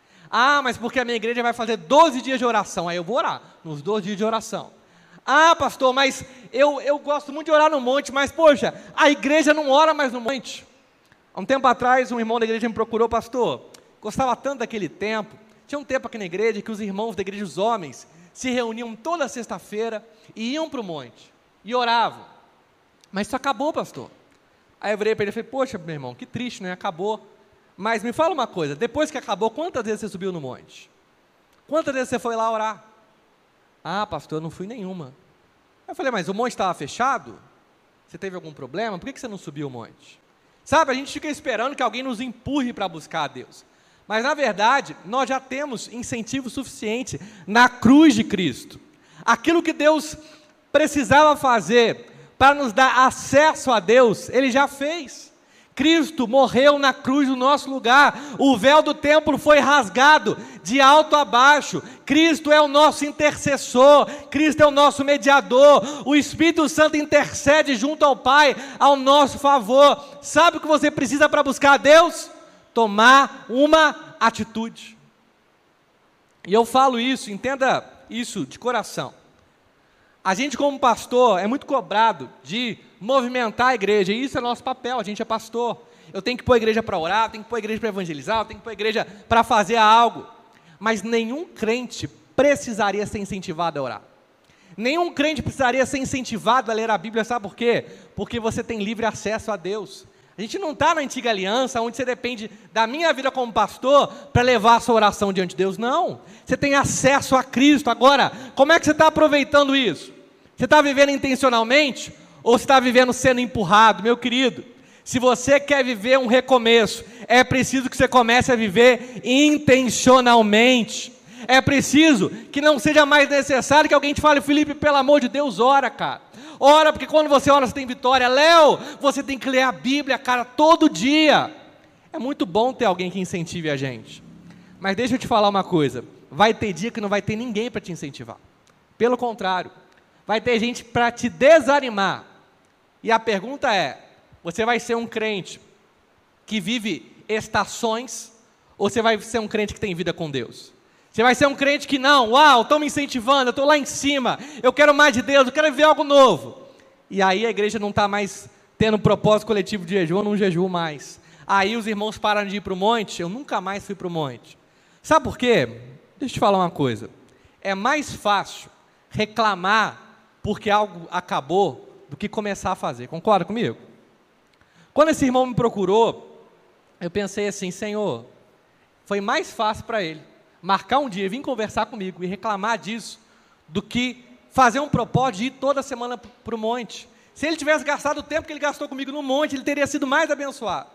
B: Mas porque a minha igreja vai fazer 12 dias de oração, aí eu vou orar, nos 12 dias de oração. Pastor, mas eu gosto muito de orar no monte, mas poxa, a igreja não ora mais no monte. Há um tempo atrás, um irmão da igreja me procurou, pastor, gostava tanto daquele tempo, tinha um tempo aqui na igreja que os irmãos da igreja, os homens, se reuniam toda sexta-feira e iam para o monte, e oravam. Mas isso acabou, pastor. Aí eu virei para ele e falei, poxa, meu irmão, que triste, né? Acabou. Mas me fala uma coisa, depois que acabou, quantas vezes você subiu no monte? Quantas vezes você foi lá orar? Pastor, eu não fui nenhuma. Eu falei, mas o monte estava fechado? Você teve algum problema? Por que você não subiu o monte? Sabe, a gente fica esperando que alguém nos empurre para buscar a Deus. Mas na verdade, nós já temos incentivo suficiente na cruz de Cristo. Aquilo que Deus precisava fazer para nos dar acesso a Deus, Ele já fez. Cristo morreu na cruz no nosso lugar, o véu do templo foi rasgado de alto a baixo, Cristo é o nosso intercessor, Cristo é o nosso mediador, o Espírito Santo intercede junto ao Pai, ao nosso favor. Sabe o que você precisa para buscar a Deus? Tomar uma atitude. E eu falo isso, entenda isso de coração. A gente como pastor é muito cobrado de movimentar a igreja, e isso é nosso papel, a gente é pastor. Eu tenho que pôr a igreja para orar, eu tenho que pôr a igreja para evangelizar, eu tenho que pôr a igreja para fazer algo. mas nenhum crente precisaria ser incentivado a orar. Nenhum crente precisaria ser incentivado a ler a Bíblia, sabe por quê? Porque você tem livre acesso a Deus. A gente não está na antiga aliança, onde você depende da minha vida como pastor para levar a sua oração diante de Deus, não. Você tem acesso a Cristo. Agora, como é que você está aproveitando isso? Você está vivendo intencionalmente ou você está vivendo sendo empurrado? Meu querido, se você quer viver um recomeço, é preciso que você comece a viver intencionalmente. É preciso que não seja mais necessário que alguém te fale: Felipe, pelo amor de Deus, ora, cara. Ora, porque quando você ora, você tem vitória. Léo, você tem que ler a Bíblia, cara, todo dia. É muito bom ter alguém que incentive a gente. Mas deixa eu te falar uma coisa. Vai ter dia que não vai ter ninguém para te incentivar. Pelo contrário, vai ter gente para te desanimar. E a pergunta é: você vai ser um crente que vive estações, ou você vai ser um crente que tem vida com Deus? Você vai ser um crente que não, uau, estão me incentivando, eu estou lá em cima, eu quero mais de Deus, eu quero viver algo novo. E aí a igreja não está mais tendo um propósito coletivo de jejum, eu não jejuo mais. Aí os irmãos param de ir para o monte, eu nunca mais fui para o monte. Sabe por quê? Deixa eu te falar uma coisa. É mais fácil reclamar porque algo acabou do que começar a fazer. Concorda comigo? Quando esse irmão me procurou, eu pensei assim: Senhor, foi mais fácil para ele marcar um dia, vir conversar comigo e reclamar disso, do que fazer um propósito de ir toda semana para o monte. Se ele tivesse gastado o tempo que ele gastou comigo no monte, ele teria sido mais abençoado.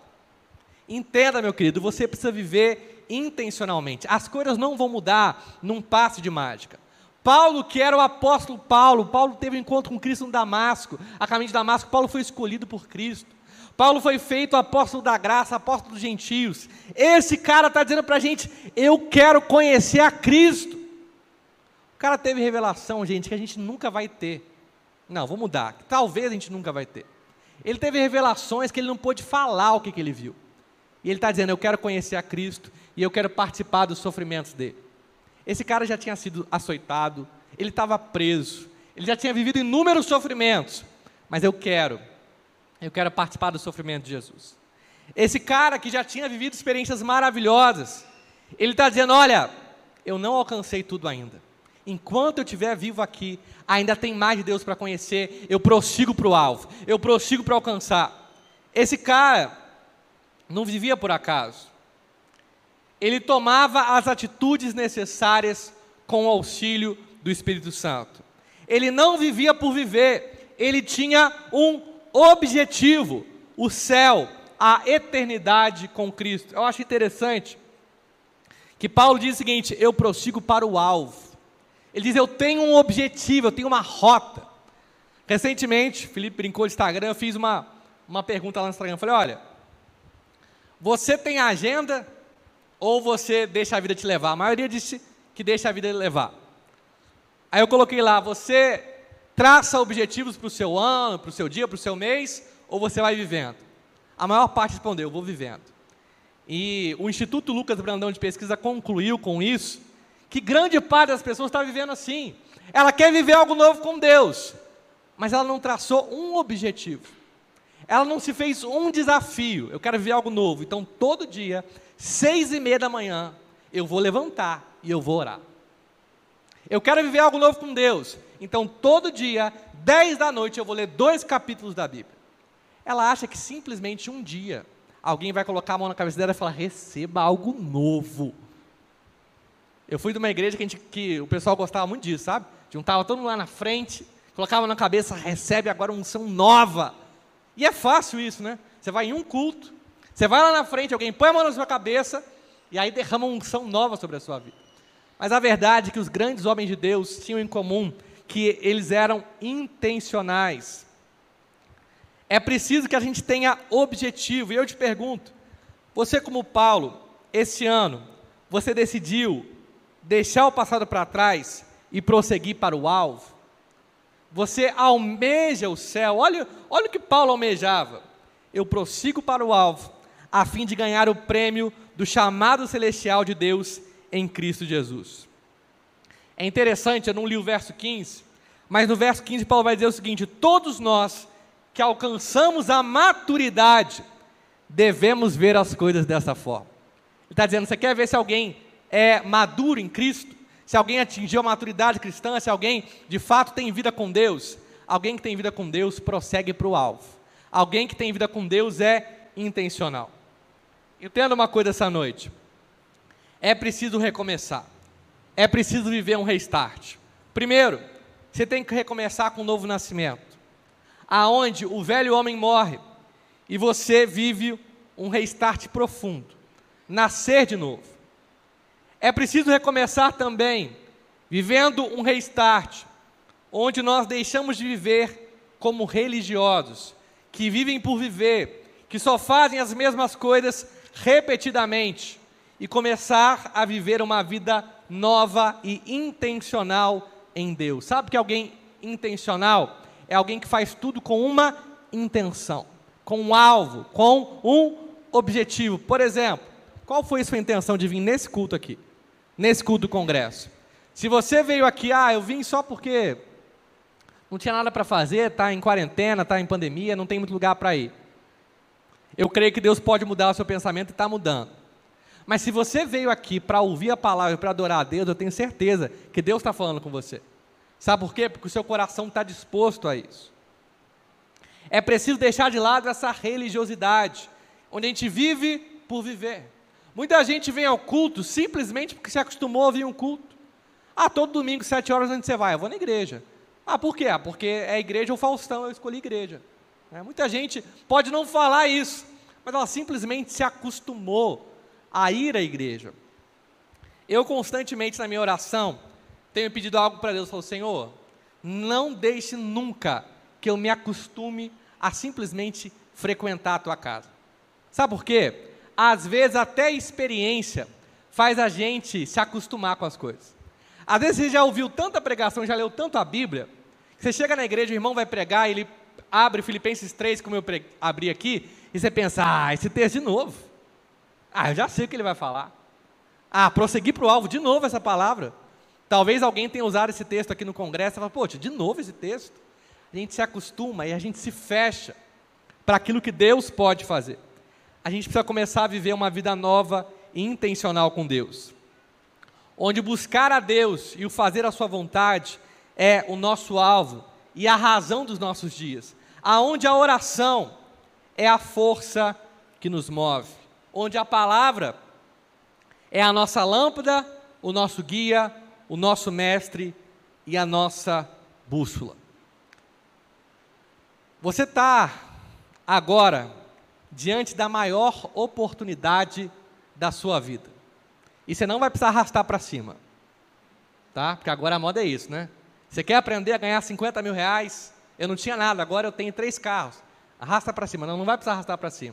B: Entenda, meu querido, você precisa viver intencionalmente. As coisas não vão mudar num passe de mágica. Paulo, que era o apóstolo Paulo teve um encontro com Cristo no Damasco, a caminho de Damasco. Paulo foi escolhido por Cristo. Paulo foi feito apóstolo da graça, apóstolo dos gentios. Esse cara está dizendo para a gente: eu quero conhecer a Cristo. O cara teve revelação, gente, que a gente nunca vai ter. Não, vou mudar, talvez a gente nunca vai ter. Ele teve revelações que ele não pôde falar o que ele viu. E ele está dizendo: eu quero conhecer a Cristo e eu quero participar dos sofrimentos dele. Esse cara já tinha sido açoitado, ele estava preso, ele já tinha vivido inúmeros sofrimentos, mas eu quero participar do sofrimento de Jesus. Esse cara que já tinha vivido experiências maravilhosas, ele está dizendo: olha, eu não alcancei tudo ainda. Enquanto eu estiver vivo aqui, ainda tem mais de Deus para conhecer, eu prossigo para o alvo, eu prossigo para alcançar. Esse cara não vivia por acaso. Ele tomava as atitudes necessárias com o auxílio do Espírito Santo. Ele não vivia por viver, ele tinha um objetivo: o céu, a eternidade com Cristo. Eu acho interessante que Paulo diz o seguinte: eu prossigo para o alvo. Ele diz: eu tenho um objetivo, eu tenho uma rota. Recentemente, Felipe brincou no Instagram, eu fiz uma pergunta lá no Instagram. Eu falei: olha, você tem agenda ou você deixa a vida te levar? A maioria disse que deixa a vida levar. Aí eu coloquei lá: você traça objetivos para o seu ano, para o seu dia, para o seu mês, ou você vai vivendo? A maior parte respondeu: eu vou vivendo. E o Instituto Lucas Brandão de Pesquisa concluiu com isso, que grande parte das pessoas está vivendo assim. Ela quer viver algo novo com Deus, mas ela não traçou um objetivo. Ela não se fez um desafio: eu quero viver algo novo, então todo dia, 6:30 da manhã, eu vou levantar e eu vou orar. Eu quero viver algo novo com Deus, então todo dia, 10 da noite, eu vou ler 2 capítulos da Bíblia. Ela acha que simplesmente um dia, alguém vai colocar a mão na cabeça dela e falar: receba algo novo. Eu fui de uma igreja que o pessoal gostava muito disso, sabe? Juntava todo mundo lá na frente, colocava na cabeça: recebe agora uma unção nova. E é fácil isso, né? Você vai em um culto, você vai lá na frente, alguém põe a mão na sua cabeça, e aí derrama uma unção nova sobre a sua vida. Mas a verdade é que os grandes homens de Deus tinham em comum que eles eram intencionais. É preciso que a gente tenha objetivo. E eu te pergunto: você, como Paulo, esse ano, você decidiu deixar o passado para trás e prosseguir para o alvo? Você almeja o céu? Olha o que Paulo almejava: eu prossigo para o alvo, a fim de ganhar o prêmio do chamado celestial de Deus em Cristo Jesus. É interessante, eu não li o verso 15, mas no verso 15 Paulo vai dizer o seguinte: todos nós que alcançamos a maturidade devemos ver as coisas dessa forma. Ele está dizendo: você quer ver se alguém é maduro em Cristo, se alguém atingiu a maturidade cristã, se alguém de fato tem vida com Deus, alguém que tem vida com Deus prossegue para o alvo. Alguém que tem vida com Deus é intencional. Entenda uma coisa essa noite. É preciso recomeçar. É preciso viver um restart. Primeiro, você tem que recomeçar com um novo nascimento, aonde o velho homem morre e você vive um restart profundo, nascer de novo. É preciso recomeçar também, vivendo um restart, onde nós deixamos de viver como religiosos, que vivem por viver, que só fazem as mesmas coisas repetidamente, e começar a viver uma vida nova e intencional em Deus. Sabe que alguém intencional é alguém que faz tudo com uma intenção, com um alvo, com um objetivo. Por exemplo, qual foi a sua intenção de vir nesse culto aqui? Nesse culto do congresso? Se você veio aqui, eu vim só porque não tinha nada para fazer, está em quarentena, está em pandemia, não tem muito lugar para ir. Eu creio que Deus pode mudar o seu pensamento e está mudando. Mas se você veio aqui para ouvir a palavra, para adorar a Deus, eu tenho certeza que Deus está falando com você. Sabe por quê? Porque o seu coração está disposto a isso. É preciso deixar de lado essa religiosidade, onde a gente vive por viver. Muita gente vem ao culto simplesmente porque se acostumou a ouvir um culto. Todo domingo, 7 horas, onde você vai? Eu vou na igreja. Por quê? Porque é a igreja ou Faustão, eu escolhi igreja. Muita gente pode não falar isso, mas ela simplesmente se acostumou a ir à igreja. Eu constantemente na minha oração tenho pedido algo para Deus, falo, Senhor, não deixe nunca que eu me acostume a simplesmente frequentar a tua casa. Sabe por quê? Às vezes até a experiência faz a gente se acostumar com as coisas. Às vezes você já ouviu tanta pregação, já leu tanto a Bíblia, que você chega na igreja, o irmão vai pregar, ele abre Filipenses 3, como eu abri aqui, e você pensa, esse texto de novo. Eu já sei o que ele vai falar. Prosseguir para o alvo, de novo essa palavra. Talvez alguém tenha usado esse texto aqui no congresso e fala, poxa, de novo esse texto. A gente se acostuma e a gente se fecha para aquilo que Deus pode fazer. A gente precisa começar a viver uma vida nova e intencional com Deus, onde buscar a Deus e o fazer a sua vontade é o nosso alvo e a razão dos nossos dias, aonde a oração é a força que nos move, onde a palavra é a nossa lâmpada, o nosso guia, o nosso mestre e a nossa bússola. Você está agora diante da maior oportunidade da sua vida, e você não vai precisar arrastar para cima, tá? Porque agora a moda é isso, né? Você quer aprender a ganhar 50 mil reais? Eu não tinha nada, agora eu tenho 3 carros. Arrasta para cima. Não vai precisar arrastar para cima.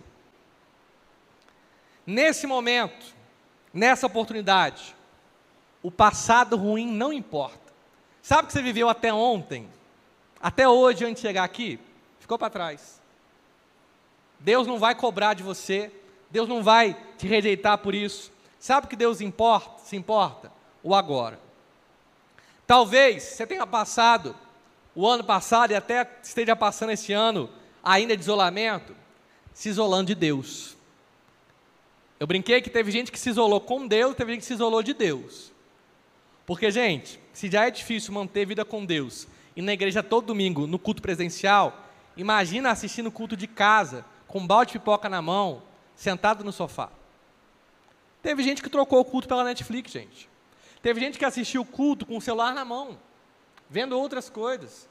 B: Nesse momento, nessa oportunidade, o passado ruim não importa. Sabe o que você viveu até ontem? Até hoje, antes de chegar aqui? Ficou para trás. Deus não vai cobrar de você. Deus não vai te rejeitar por isso. Sabe o que Deus se importa? O agora. Talvez você tenha passado o ano passado e até esteja passando esse ano ainda de isolamento, se isolando de Deus. Eu brinquei que teve gente que se isolou com Deus, teve gente que se isolou de Deus. Porque, gente, se já é difícil manter vida com Deus, e na igreja todo domingo, no culto presencial, imagina assistindo o culto de casa, com um balde de pipoca na mão, sentado no sofá. Teve gente que trocou o culto pela Netflix, gente. Teve gente que assistiu o culto com o celular na mão, vendo outras coisas.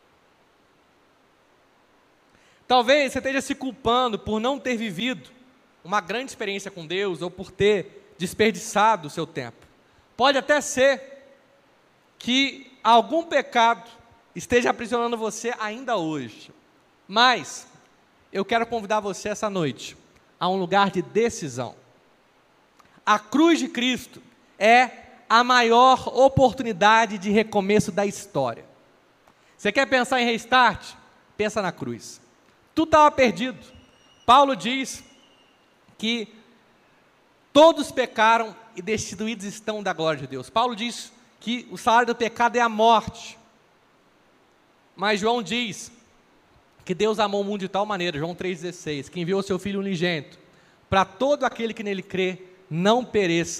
B: Talvez você esteja se culpando por não ter vivido uma grande experiência com Deus, ou por ter desperdiçado o seu tempo. Pode até ser que algum pecado esteja aprisionando você ainda hoje. Mas eu quero convidar você essa noite a um lugar de decisão. A cruz de Cristo é a maior oportunidade de recomeço da história. Você quer pensar em restart? Pensa na cruz. Tudo estava perdido. Paulo diz que todos pecaram e destituídos estão da glória de Deus. Paulo diz que o salário do pecado é a morte. Mas João diz que Deus amou o mundo de tal maneira, João 3,16, que enviou seu Filho unigênito, para todo aquele que nele crê, não pereça,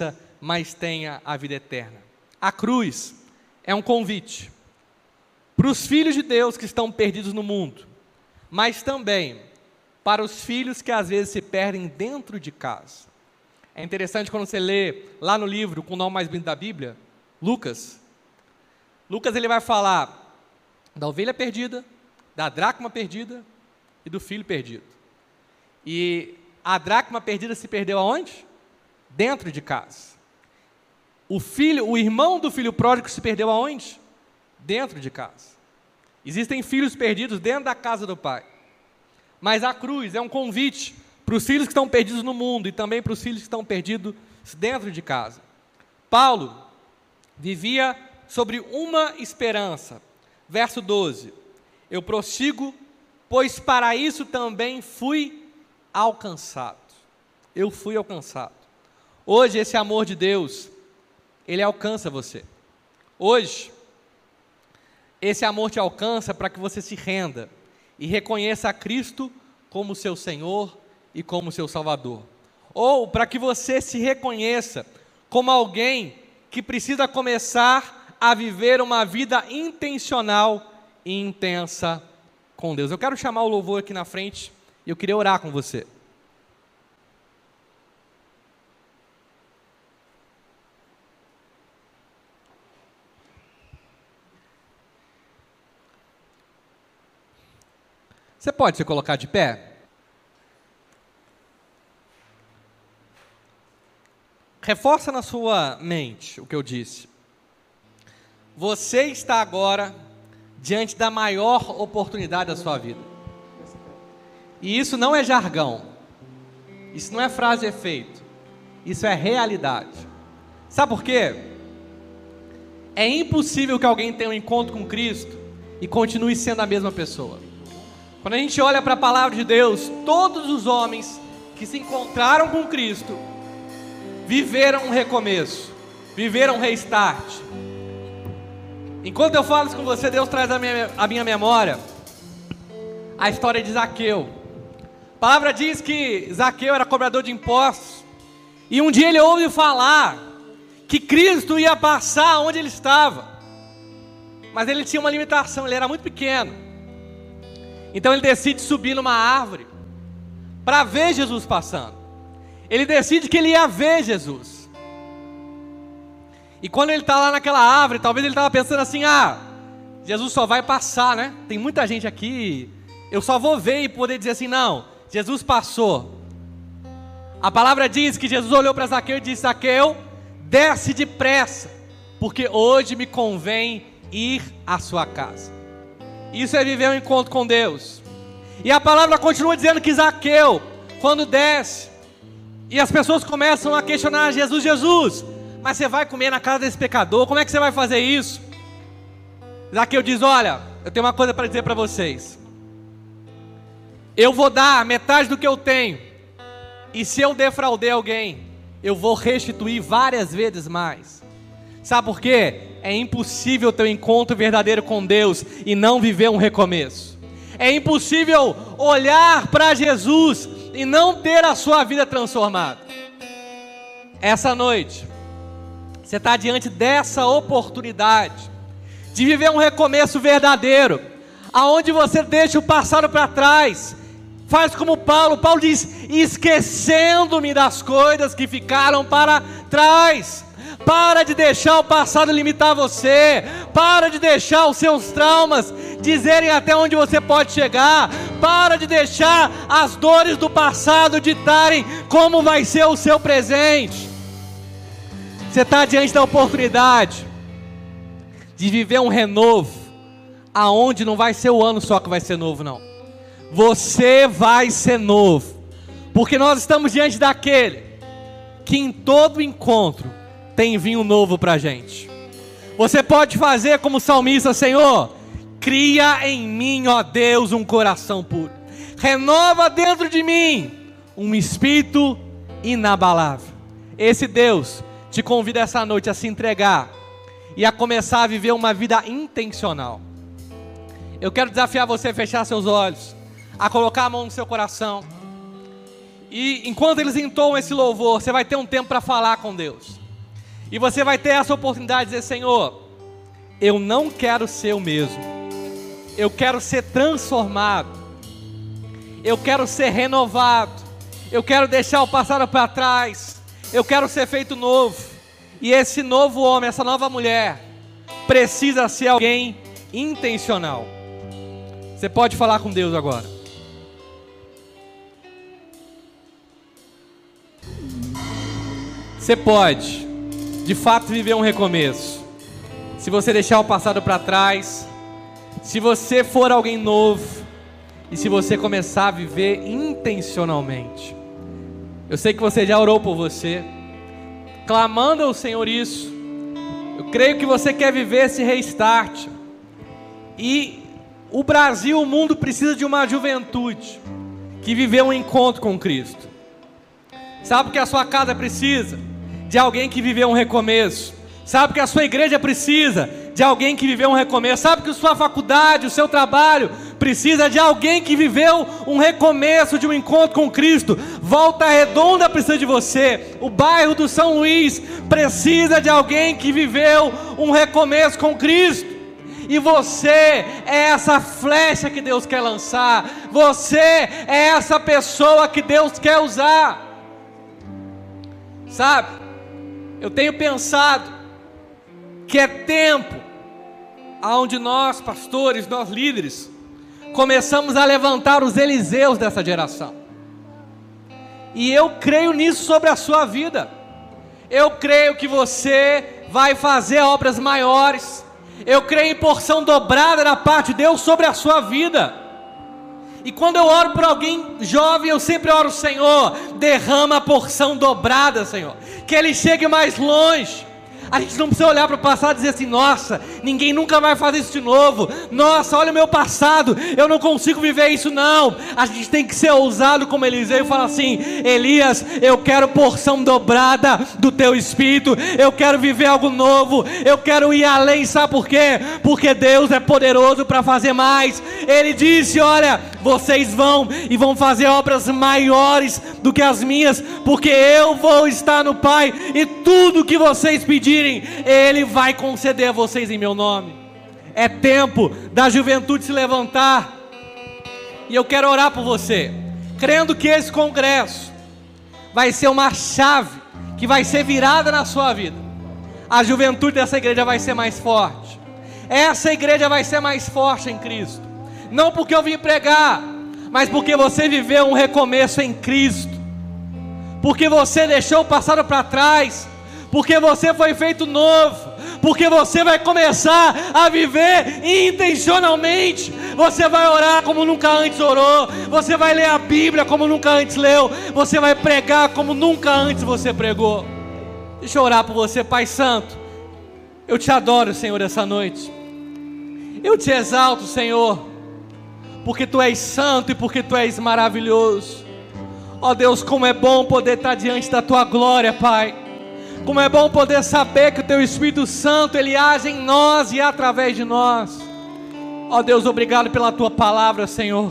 B: mas tenha a vida eterna. A cruz é um convite para os filhos de Deus que estão perdidos no mundo, mas também para os filhos que às vezes se perdem dentro de casa. É interessante quando você lê lá no livro com o nome mais bonito da Bíblia, Lucas. Lucas ele vai falar da ovelha perdida, da dracma perdida e do filho perdido. E a dracma perdida se perdeu aonde? Dentro de casa. O irmão do filho pródigo se perdeu aonde? Dentro de casa. Existem filhos perdidos dentro da casa do pai. Mas a cruz é um convite para os filhos que estão perdidos no mundo e também para os filhos que estão perdidos dentro de casa. Paulo vivia sobre uma esperança. Verso 12. Eu prossigo, pois para isso também fui alcançado. Eu fui alcançado. Hoje esse amor de Deus, ele alcança você. Hoje, esse amor te alcança para que você se renda e reconheça a Cristo como seu Senhor e como seu Salvador. Ou para que você se reconheça como alguém que precisa começar a viver uma vida intencional e intensa com Deus. Eu quero chamar o louvor aqui na frente e eu queria orar com você. Você pode se colocar de pé? Reforça na sua mente o que eu disse. Você está agora diante da maior oportunidade da sua vida. E isso não é jargão. Isso não é frase de efeito. Isso é realidade. Sabe por quê? É impossível que alguém tenha um encontro com Cristo e continue sendo a mesma pessoa. Quando a gente olha para a palavra de Deus, todos os homens que se encontraram com Cristo viveram um recomeço, viveram um restart. Enquanto eu falo isso com você, Deus traz a minha memória a história de Zaqueu. A palavra diz que Zaqueu era cobrador de impostos e um dia ele ouve falar que Cristo ia passar onde ele estava, mas ele tinha uma limitação, ele era muito pequeno. Então ele decide subir numa árvore para ver Jesus passando. Ele decide que ele ia ver Jesus. E quando ele está lá naquela árvore, talvez ele estava pensando assim: Jesus só vai passar, né? Tem muita gente aqui, eu só vou ver e poder dizer assim: não, Jesus passou. A palavra diz que Jesus olhou para Zaqueu e disse: Zaqueu, desce depressa, porque hoje me convém ir à sua casa. Isso é viver um encontro com Deus. E a palavra continua dizendo que Zaqueu, quando desce, e as pessoas começam a questionar Jesus: Jesus, mas você vai comer na casa desse pecador? Como é que você vai fazer isso? Zaqueu diz: olha, eu tenho uma coisa para dizer para vocês. Eu vou dar metade do que eu tenho, e se eu defraudei alguém, eu vou restituir várias vezes mais. Sabe por quê? É impossível ter um encontro verdadeiro com Deus e não viver um recomeço. É impossível olhar para Jesus e não ter a sua vida transformada. Essa noite, você está diante dessa oportunidade de viver um recomeço verdadeiro, aonde você deixa o passado para trás. Faz como Paulo diz: esquecendo-me das coisas que ficaram para trás. Para de deixar o passado limitar você. Para de deixar os seus traumas dizerem até onde você pode chegar. Para de deixar as dores do passado ditarem como vai ser o seu presente. Você está diante da oportunidade de viver um renovo, aonde não vai ser o ano só que vai ser novo, não. Você vai ser novo, porque nós estamos diante daquele que em todo encontro tem vinho novo para a gente. Você pode fazer como o salmista: Senhor, cria em mim, ó Deus, um coração puro. Renova dentro de mim um espírito inabalável. Esse Deus te convida essa noite a se entregar e a começar a viver uma vida intencional. Eu quero desafiar você a fechar seus olhos, a colocar a mão no seu coração. E enquanto eles entoam esse louvor, você vai ter um tempo para falar com Deus. E você vai ter essa oportunidade de dizer: Senhor, eu não quero ser o mesmo, eu quero ser transformado, eu quero ser renovado, eu quero deixar o passado para trás, eu quero ser feito novo. E esse novo homem, essa nova mulher, precisa ser alguém intencional. Você pode falar com Deus agora. Você pode, de fato, viver um recomeço. Se você deixar o passado para trás, se você for alguém novo, e se você começar a viver intencionalmente. Eu sei que você já orou por você, clamando ao Senhor isso. Eu creio que você quer viver esse restart. E o Brasil, o mundo precisa de uma juventude que viveu um encontro com Cristo. Sabe o que a sua casa precisa? De alguém que viveu um recomeço. Sabe o que a sua igreja precisa? De alguém que viveu um recomeço. Sabe que a sua faculdade, o seu trabalho precisa de alguém que viveu um recomeço, de um encontro com Cristo. Volta Redonda precisa de você. O bairro do São Luís precisa de alguém que viveu um recomeço com Cristo. E você é essa flecha que Deus quer lançar. Você é essa pessoa que Deus quer usar. Sabe, eu tenho pensado que é tempo onde nós, pastores, nós líderes, começamos a levantar os Eliseus dessa geração. E eu creio nisso sobre a sua vida. Eu creio que você vai fazer obras maiores. Eu creio em porção dobrada da parte de Deus sobre a sua vida. E quando eu oro por alguém jovem, eu sempre oro: Senhor, derrama a porção dobrada, Senhor, que ele chegue mais longe. A gente não precisa olhar para o passado e dizer assim: nossa, ninguém nunca vai fazer isso de novo. Nossa, olha o meu passado, eu não consigo viver isso. Não, a gente tem que ser ousado como Eliseu e falar assim: Elias, eu quero porção dobrada do teu espírito. Eu quero viver algo novo, eu quero ir além. Sabe por quê? Porque Deus é poderoso para fazer mais. Ele disse: olha, vocês vão e vão fazer obras maiores do que as minhas, porque eu vou estar no Pai, e tudo que vocês pedirem, Ele vai conceder a vocês em meu nome. É tempo da juventude se levantar. E eu quero orar por você, crendo que esse congresso vai ser uma chave que vai ser virada na sua vida. A juventude dessa igreja vai ser mais forte. Essa igreja vai ser mais forte em Cristo. Não porque eu vim pregar, mas porque você viveu um recomeço em Cristo. Porque você deixou o passado para trás. Porque você foi feito novo. Porque você vai começar a viver intencionalmente. Você vai orar como nunca antes orou. Você vai ler a Bíblia como nunca antes leu. Você vai pregar como nunca antes você pregou. Deixa eu orar por você, Pai Santo. Eu te adoro, Senhor, essa noite. Eu te exalto, Senhor, porque Tu és santo e porque Tu és maravilhoso. Ó Deus, como é bom poder estar diante da Tua glória, Pai. Como é bom poder saber que o Teu Espírito Santo, Ele age em nós e através de nós. Ó Deus, obrigado pela Tua palavra, Senhor.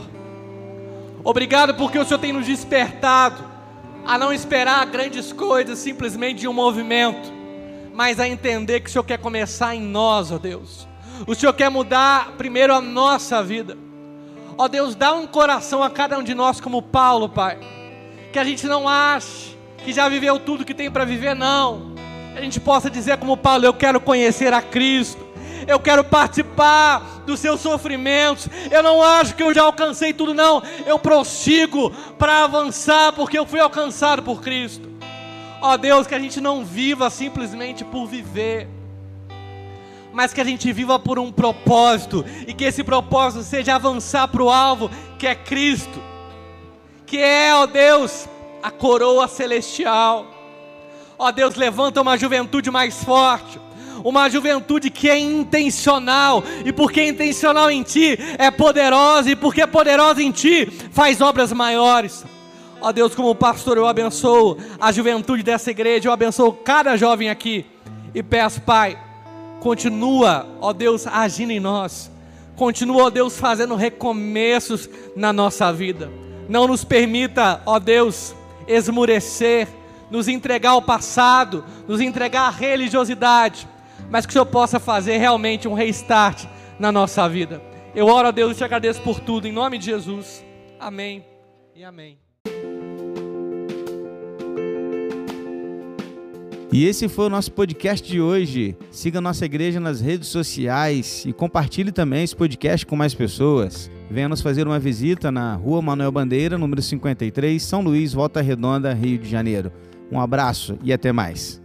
B: Obrigado porque o Senhor tem nos despertado a não esperar grandes coisas simplesmente de um movimento, mas a entender que o Senhor quer começar em nós, ó Deus. O Senhor quer mudar primeiro a nossa vida. Ó Deus, dá um coração a cada um de nós como Paulo, Pai. Que a gente não ache que já viveu tudo que tem para viver, não. A gente possa dizer como Paulo: eu quero conhecer a Cristo. Eu quero participar dos seus sofrimentos. Eu não acho que eu já alcancei tudo, não. Eu prossigo para avançar, porque eu fui alcançado por Cristo. Ó Deus, que a gente não viva simplesmente por viver, mas que a gente viva por um propósito, e que esse propósito seja avançar para o alvo, que é Cristo, que é, ó Deus, a coroa celestial. Ó Deus, levanta uma juventude mais forte, uma juventude que é intencional, e porque é intencional em Ti, é poderosa, e porque é poderosa em Ti, faz obras maiores. Ó Deus, como pastor, eu abençoo a juventude dessa igreja, eu abençoo cada jovem aqui, e peço, Pai, continua, ó Deus, agindo em nós. Continua, ó Deus, fazendo recomeços na nossa vida. Não nos permita, ó Deus, esmurecer, nos entregar ao passado, nos entregar à religiosidade, mas que o Senhor possa fazer realmente um restart na nossa vida. Eu oro a Deus e te agradeço por tudo, em nome de Jesus. Amém e amém.
A: E esse foi o nosso podcast de hoje. Siga a nossa igreja nas redes sociais e compartilhe também esse podcast com mais pessoas. Venha nos fazer uma visita na Rua Manuel Bandeira, número 53, São Luís, Volta Redonda, Rio de Janeiro. Um abraço e até mais.